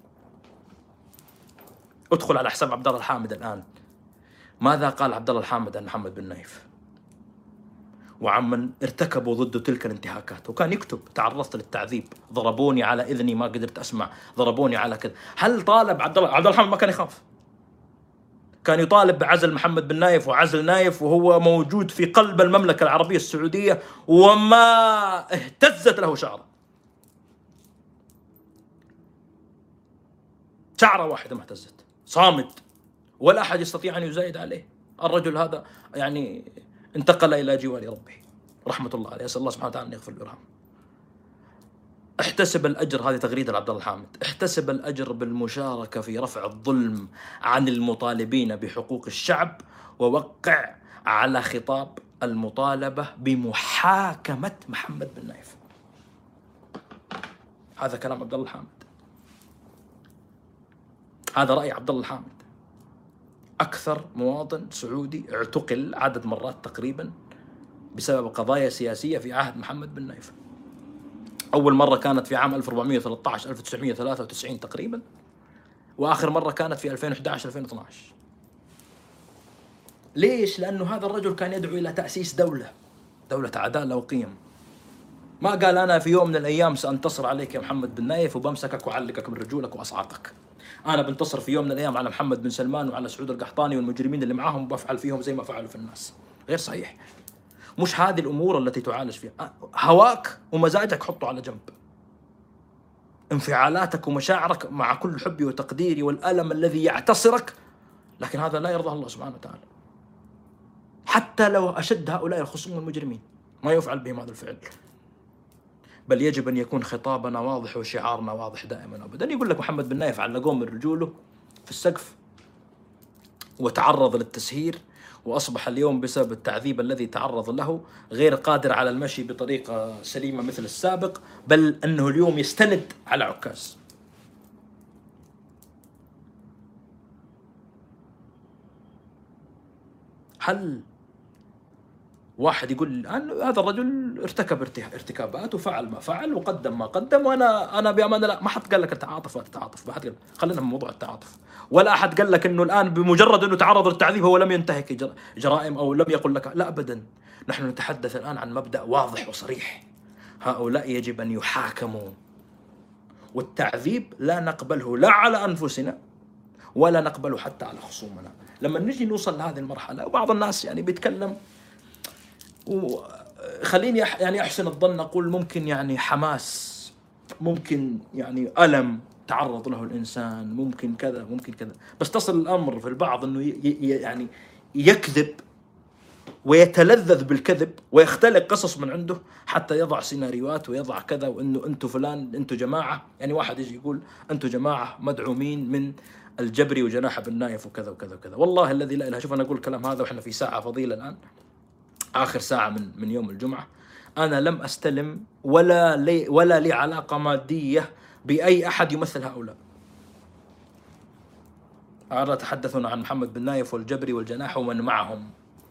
ادخل على حساب عبد الله الحامد الآن، ماذا قال عبد الله الحامد عن محمد بن نايف وعمن ارتكبوا ضده تلك الانتهاكات؟ وكان يكتب تعرضت للتعذيب، ضربوني على إذني ما قدرت أسمع، ضربوني على كذا. هل طالب عبد الله عبد الله الحامد ما كان يخاف؟ كان يطالب بعزل محمد بن نايف وعزل نايف وهو موجود في قلب المملكة العربية السعودية وما اهتزت له شعره، شعره واحدة ما اهتزت، صامت ولا أحد يستطيع أن يزايد عليه. الرجل هذا يعني انتقل إلى جوار ربه رحمة الله عليه، أسأل الله سبحانه وتعالى أن يغفر ويرحمه. احتسب الأجر، هذه تغريدة لعبد الله الحامد، احتسب الأجر بالمشاركة في رفع الظلم عن المطالبين بحقوق الشعب، ووقع على خطاب المطالبة بمحاكمة محمد بن نايف. هذا كلام عبد الله الحامد، هذا رأي عبد الله الحامد. أكثر مواطن سعودي اعتقل عدد مرات تقريبا بسبب قضايا سياسية في عهد محمد بن نايف. أول مرة كانت في عام ألف وأربعمئة وثلاثة عشر ألف وتسعمئة وثلاثة وتسعين تقريبا، وآخر مرة كانت في ألفين وأحد عشر ألفين واثني عشر. ليش؟ لأنه هذا الرجل كان يدعو إلى تأسيس دولة، دولة عدالة وقيم. ما قال أنا في يوم من الأيام سأنتصر عليك يا محمد بن نايف وبمسكك وعلقك من رجولك وأصعقك. أنا بنتصر في يوم من الأيام على محمد بن سلمان وعلى سعود القحطاني والمجرمين اللي معاهم وبفعل فيهم زي ما فعلوا في الناس. غير صحيح. مش هذه الأمور التي تعالج فيها. هواك ومزاجك حطه على جنب. انفعالاتك ومشاعرك مع كل حبي وتقديري والألم الذي يعتصرك، لكن هذا لا يرضى الله سبحانه وتعالى. حتى لو أشد هؤلاء الخصوم المجرمين ما يفعل بهم هذا الفعل، بل يجب أن يكون خطابنا واضح وشعارنا واضح دائما أبدا. يقول لك محمد بن نايف علقوه من رجوله في السقف وتعرض للتسهير، وأصبح اليوم بسبب التعذيب الذي تعرض له غير قادر على المشي بطريقة سليمة مثل السابق، بل أنه اليوم يستند على عكاز. هل واحد يقول الآن هذا الرجل ارتكب ارتكابات وفعل ما فعل وقدم ما قدم، وانا انا بامان لا، ما حد قال لك تعاطف ولا تتعاطف، ما حد قال. خلينا من موضوع التعاطف. ولا احد قال لك انه الان بمجرد انه تعرض للتعذيب هو لم ينتهك جرائم او لم يقل لك، لا ابدا. نحن نتحدث الان عن مبدأ واضح وصريح، هؤلاء يجب ان يحاكموا، والتعذيب لا نقبله لا على انفسنا ولا نقبله حتى على خصومنا. لما نجي نوصل لهذه المرحلة، وبعض الناس يعني بيتكلم، وخليني يعني أحسن الظن أقول ممكن يعني حماس، ممكن يعني ألم تعرض له الإنسان، ممكن كذا ممكن كذا، بس تصل الأمر في البعض أنه يعني يكذب ويتلذذ بالكذب ويختلق قصص من عنده حتى يضع سيناريوهات ويضع كذا، وأنه أنتوا فلان أنتوا جماعة. يعني واحد يجي يقول أنتوا جماعة مدعومين من الجبري وجناح بن نايف وكذا وكذا وكذا. والله الذي لا إله. شوف أنا أقول الكلام هذا وإحنا في ساعة فضيلة الآن، آخر ساعة من من يوم الجمعة. أنا لم أستلم ولا لي ولا لي علاقة مادية بأي أحد يمثل هؤلاء. أرى تحدثنا عن محمد بن نايف والجبري والجناح ومن معهم،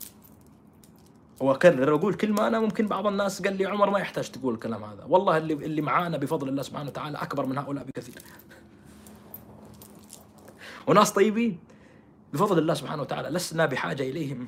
وأكرر أقول كلمة أنا ممكن بعض الناس قال لي عمر ما يحتاج تقول الكلام هذا. والله اللي اللي معانا بفضل الله سبحانه وتعالى أكبر من هؤلاء بكثير، وناس طيبين بفضل الله سبحانه وتعالى، لسنا بحاجة إليهم،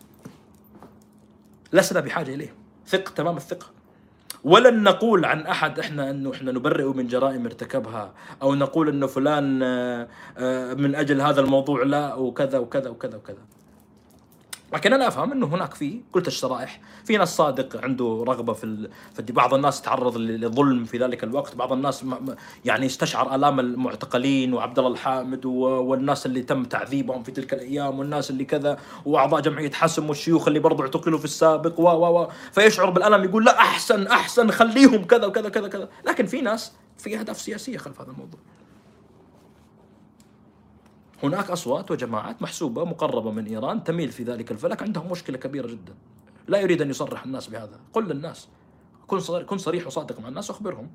لسنا بحاجة إليهم، ثق تمام الثقة. ولن نقول عن أحد إحنا أنه إحنا نبرئ من جرائم ارتكبها، أو نقول أنه فلان من أجل هذا الموضوع لا وكذا وكذا وكذا وكذا. لكن أنا أفهم أنه هناك في قلت الشرائح، في ناس صادق عنده رغبة في, في بعض الناس تعرض لظلم في ذلك الوقت، بعض الناس يعني استشعر آلام المعتقلين وعبد الله الحامد والناس اللي تم تعذيبهم في تلك الأيام، والناس اللي كذا، وأعضاء جمعية حسم والشيوخ اللي برضو اعتقلوا في السابق و و و فيشعر بالألم، يقول لا أحسن أحسن خليهم كذا وكذا كذا كذا. لكن في ناس في أهداف سياسية خلف هذا الموضوع. هناك أصوات وجماعات محسوبة مقربة من إيران تميل في ذلك الفلك، عندهم مشكلة كبيرة جدا، لا يريد أن يصرح الناس بهذا. قل للناس، كن صريح وصادق مع الناس وأخبرهم.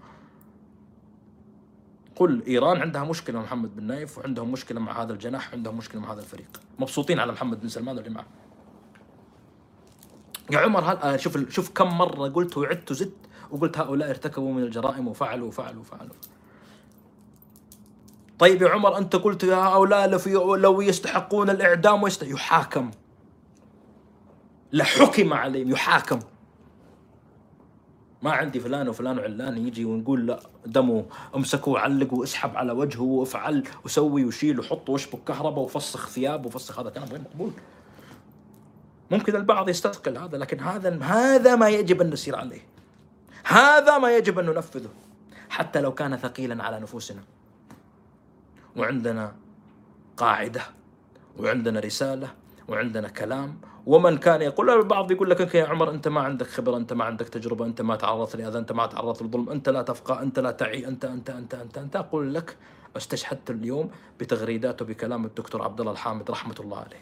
قل إيران عندها مشكلة مع محمد بن نايف، وعندهم مشكلة مع هذا الجناح، وعندهم مشكلة مع هذا الفريق، مبسوطين على محمد بن سلمان واللي معه. يا عمر هل... شوف شوف كم مرة قلت وعدت وزدت وقلت هؤلاء ارتكبوا من الجرائم وفعلوا وفعلوا وفعلوا. طيب يا عمر أنت قلت يا هؤلاء لو يستحقون الإعدام ويست... يحاكم، لحكم عليهم يحاكم. ما عندي فلان وفلان وعلان يجي ونقول لا دمه امسكوا وعلقوا واسحب على وجهه وافعل وسوي وشيل وحط واشبك كهرباء وفسخ ثياب وفسخ. هذا كلام غير مقبول. ممكن البعض يستثقل هذا، لكن هذا هذا ما يجب أن نسير عليه، هذا ما يجب أن ننفذه حتى لو كان ثقيلا على نفوسنا. وعندنا قاعدة وعندنا رسالة وعندنا كلام. ومن كان يقول، البعض يقول لك يا عمر أنت ما عندك خبرة، أنت ما عندك تجربة، أنت ما تعرضت لأذى، أنت ما تعرضت للظلم، أنت لا تفقه، أنت لا تعي، أنت أنت أنت أنت أنت أقول لك استشهدت اليوم بتغريدات وبكلام الدكتور عبد الله الحامد رحمة الله عليه.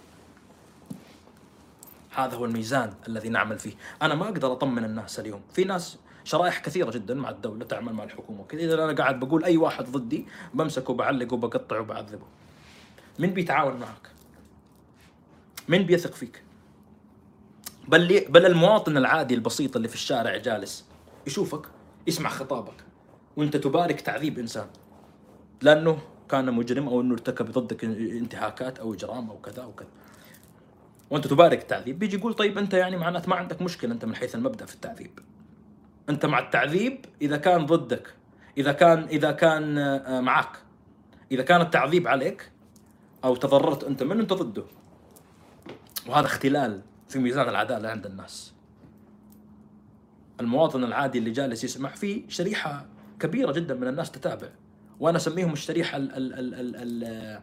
هذا هو الميزان الذي نعمل فيه. أنا ما أقدر أطمن الناس اليوم، في ناس شرائح كثيرة جدا مع الدولة تعمل مع الحكومة وكذا. إذا أنا قاعد بقول أي واحد ضدي بمسكه وبعلقه وبقطعه وبعذبه، من بيتعاون معك؟ من بيثق فيك؟ بل بل المواطن العادي البسيط اللي في الشارع جالس يشوفك يسمع خطابك وأنت تبارك تعذيب إنسان لأنه كان مجرم أو أنه ارتكب ضدك انتهاكات أو إجرام أو كذا أو كذا. وانت تبارك التعذيب، بيجي يقول طيب انت يعني معناته ما عندك مشكله انت من حيث المبدا في التعذيب. انت مع التعذيب اذا كان ضدك، اذا كان اذا كان معك، اذا كان التعذيب عليك او تضررت انت منه انت ضده. وهذا اختلال في ميزان العداله عند الناس. المواطن العادي اللي جالس يسمع، في شريحه كبيره جدا من الناس تتابع، وانا اسميهم الشريحه ال ال ال ال ال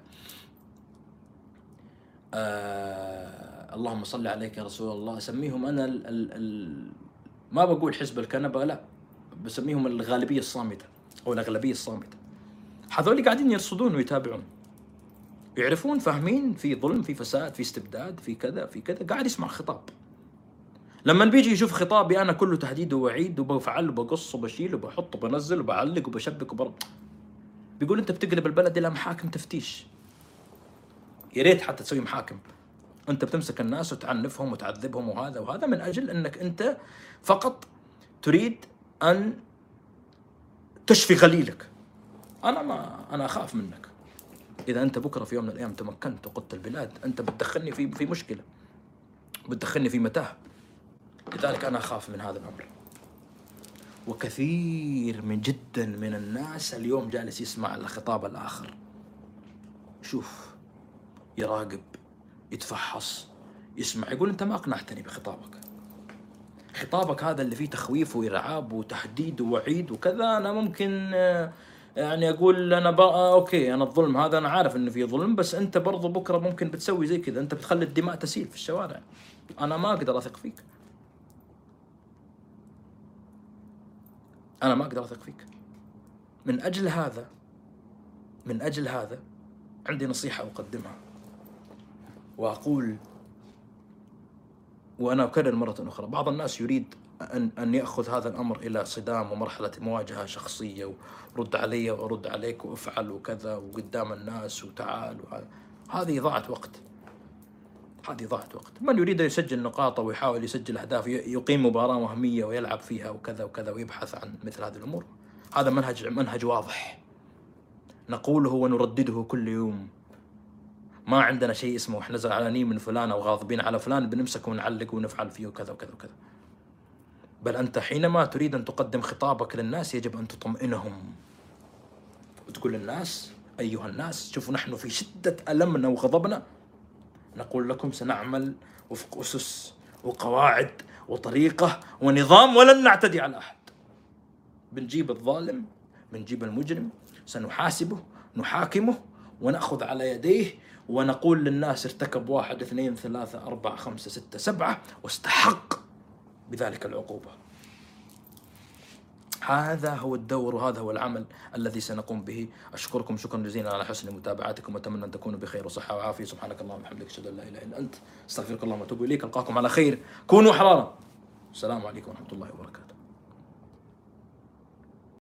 آه اللهم صل عليك يا رسول الله، اسميهم انا ال ال ال ما بقول حزب الكنبه، لا، بسميهم الغالبيه الصامته او الاغلبيه الصامته. هذول قاعدين يرصدون ويتابعون، يعرفون، فاهمين في ظلم، في فساد، في استبداد، في كذا في كذا، قاعد يسمع خطاب. لما بيجي يشوف خطابي انا كله تهديد ووعيد وبفعل وبقص وبشيل وبحط وبنزل وبعلق وبشبك وبرد، بيقول انت بتقلب البلد الى محاكم تفتيش. يا ريت حتى تسوي محاكم، انت بتمسك الناس وتعنفهم وتعذبهم وهذا وهذا من اجل انك انت فقط تريد ان تشفي غليلك. انا ما انا اخاف منك. اذا انت بكره في يوم من الايام تمكنت وقدت البلاد، انت بتدخلني في في مشكله، بتدخلني في متاهه. لذلك انا اخاف من هذا الامر. وكثير من جدا من الناس اليوم جالس يسمع الخطاب الاخر، شوف، يراقب، يتفحص، يسمع، يقول انت ما اقنعتني بخطابك. خطابك هذا اللي فيه تخويف وارعاب وتهديد ووعيد وكذا، انا ممكن يعني اقول انا بقى اوكي، انا الظلم هذا انا عارف انه فيه ظلم، بس انت برضو بكره ممكن بتسوي زي كذا، انت بتخلي الدماء تسيل في الشوارع، انا ما اقدر اثق فيك. انا ما اقدر اثق فيك. من اجل هذا من اجل هذا عندي نصيحة اقدمها واقول، وانا اكرر مرة اخرى، بعض الناس يريد ان ان ياخذ هذا الامر الى صدام ومرحلة مواجهة شخصية، ورد علي وارد عليك وافعل وكذا وقدام الناس وتعال وهذا. هذه ضاعت وقت، هذه ضاعت وقت. من يريد يسجل نقاطه ويحاول يسجل اهداف، يقيم مباراة وهمية ويلعب فيها وكذا وكذا ويبحث عن مثل هذه الامور، هذا منهج منهج واضح نقوله ونردده كل يوم. ما عندنا شيء اسمه احنا زعلانين من فلان او غاضبين على فلان بنمسك ونعلق ونفعل فيه وكذا وكذا وكذا. بل انت حينما تريد ان تقدم خطابك للناس يجب ان تطمئنهم وتقول للناس ايها الناس، شوفوا نحن في شدة ألمنا وغضبنا نقول لكم سنعمل وفق أسس وقواعد وطريقة ونظام، ولن نعتدي على أحد. بنجيب الظالم، بنجيب المجرم، سنحاسبه، نحاكمه، ونأخذ على يديه، ونقول للناس ارتكب واحد اثنين ثلاثة أربعة خمسة ستة سبعة واستحق بذلك العقوبة. هذا هو الدور وهذا هو العمل الذي سنقوم به. أشكركم شكرا جزيلا على حسن متابعتكم، وأتمنى أن تكونوا بخير وصحة وعافية. سبحانك اللهم وبحمدك، أشهد أن لا إله إلا أنت، أستغفرك اللهم وأتوب إليك. ألقاكم على خير، كونوا حرارا. السلام عليكم ورحمة الله وبركاته.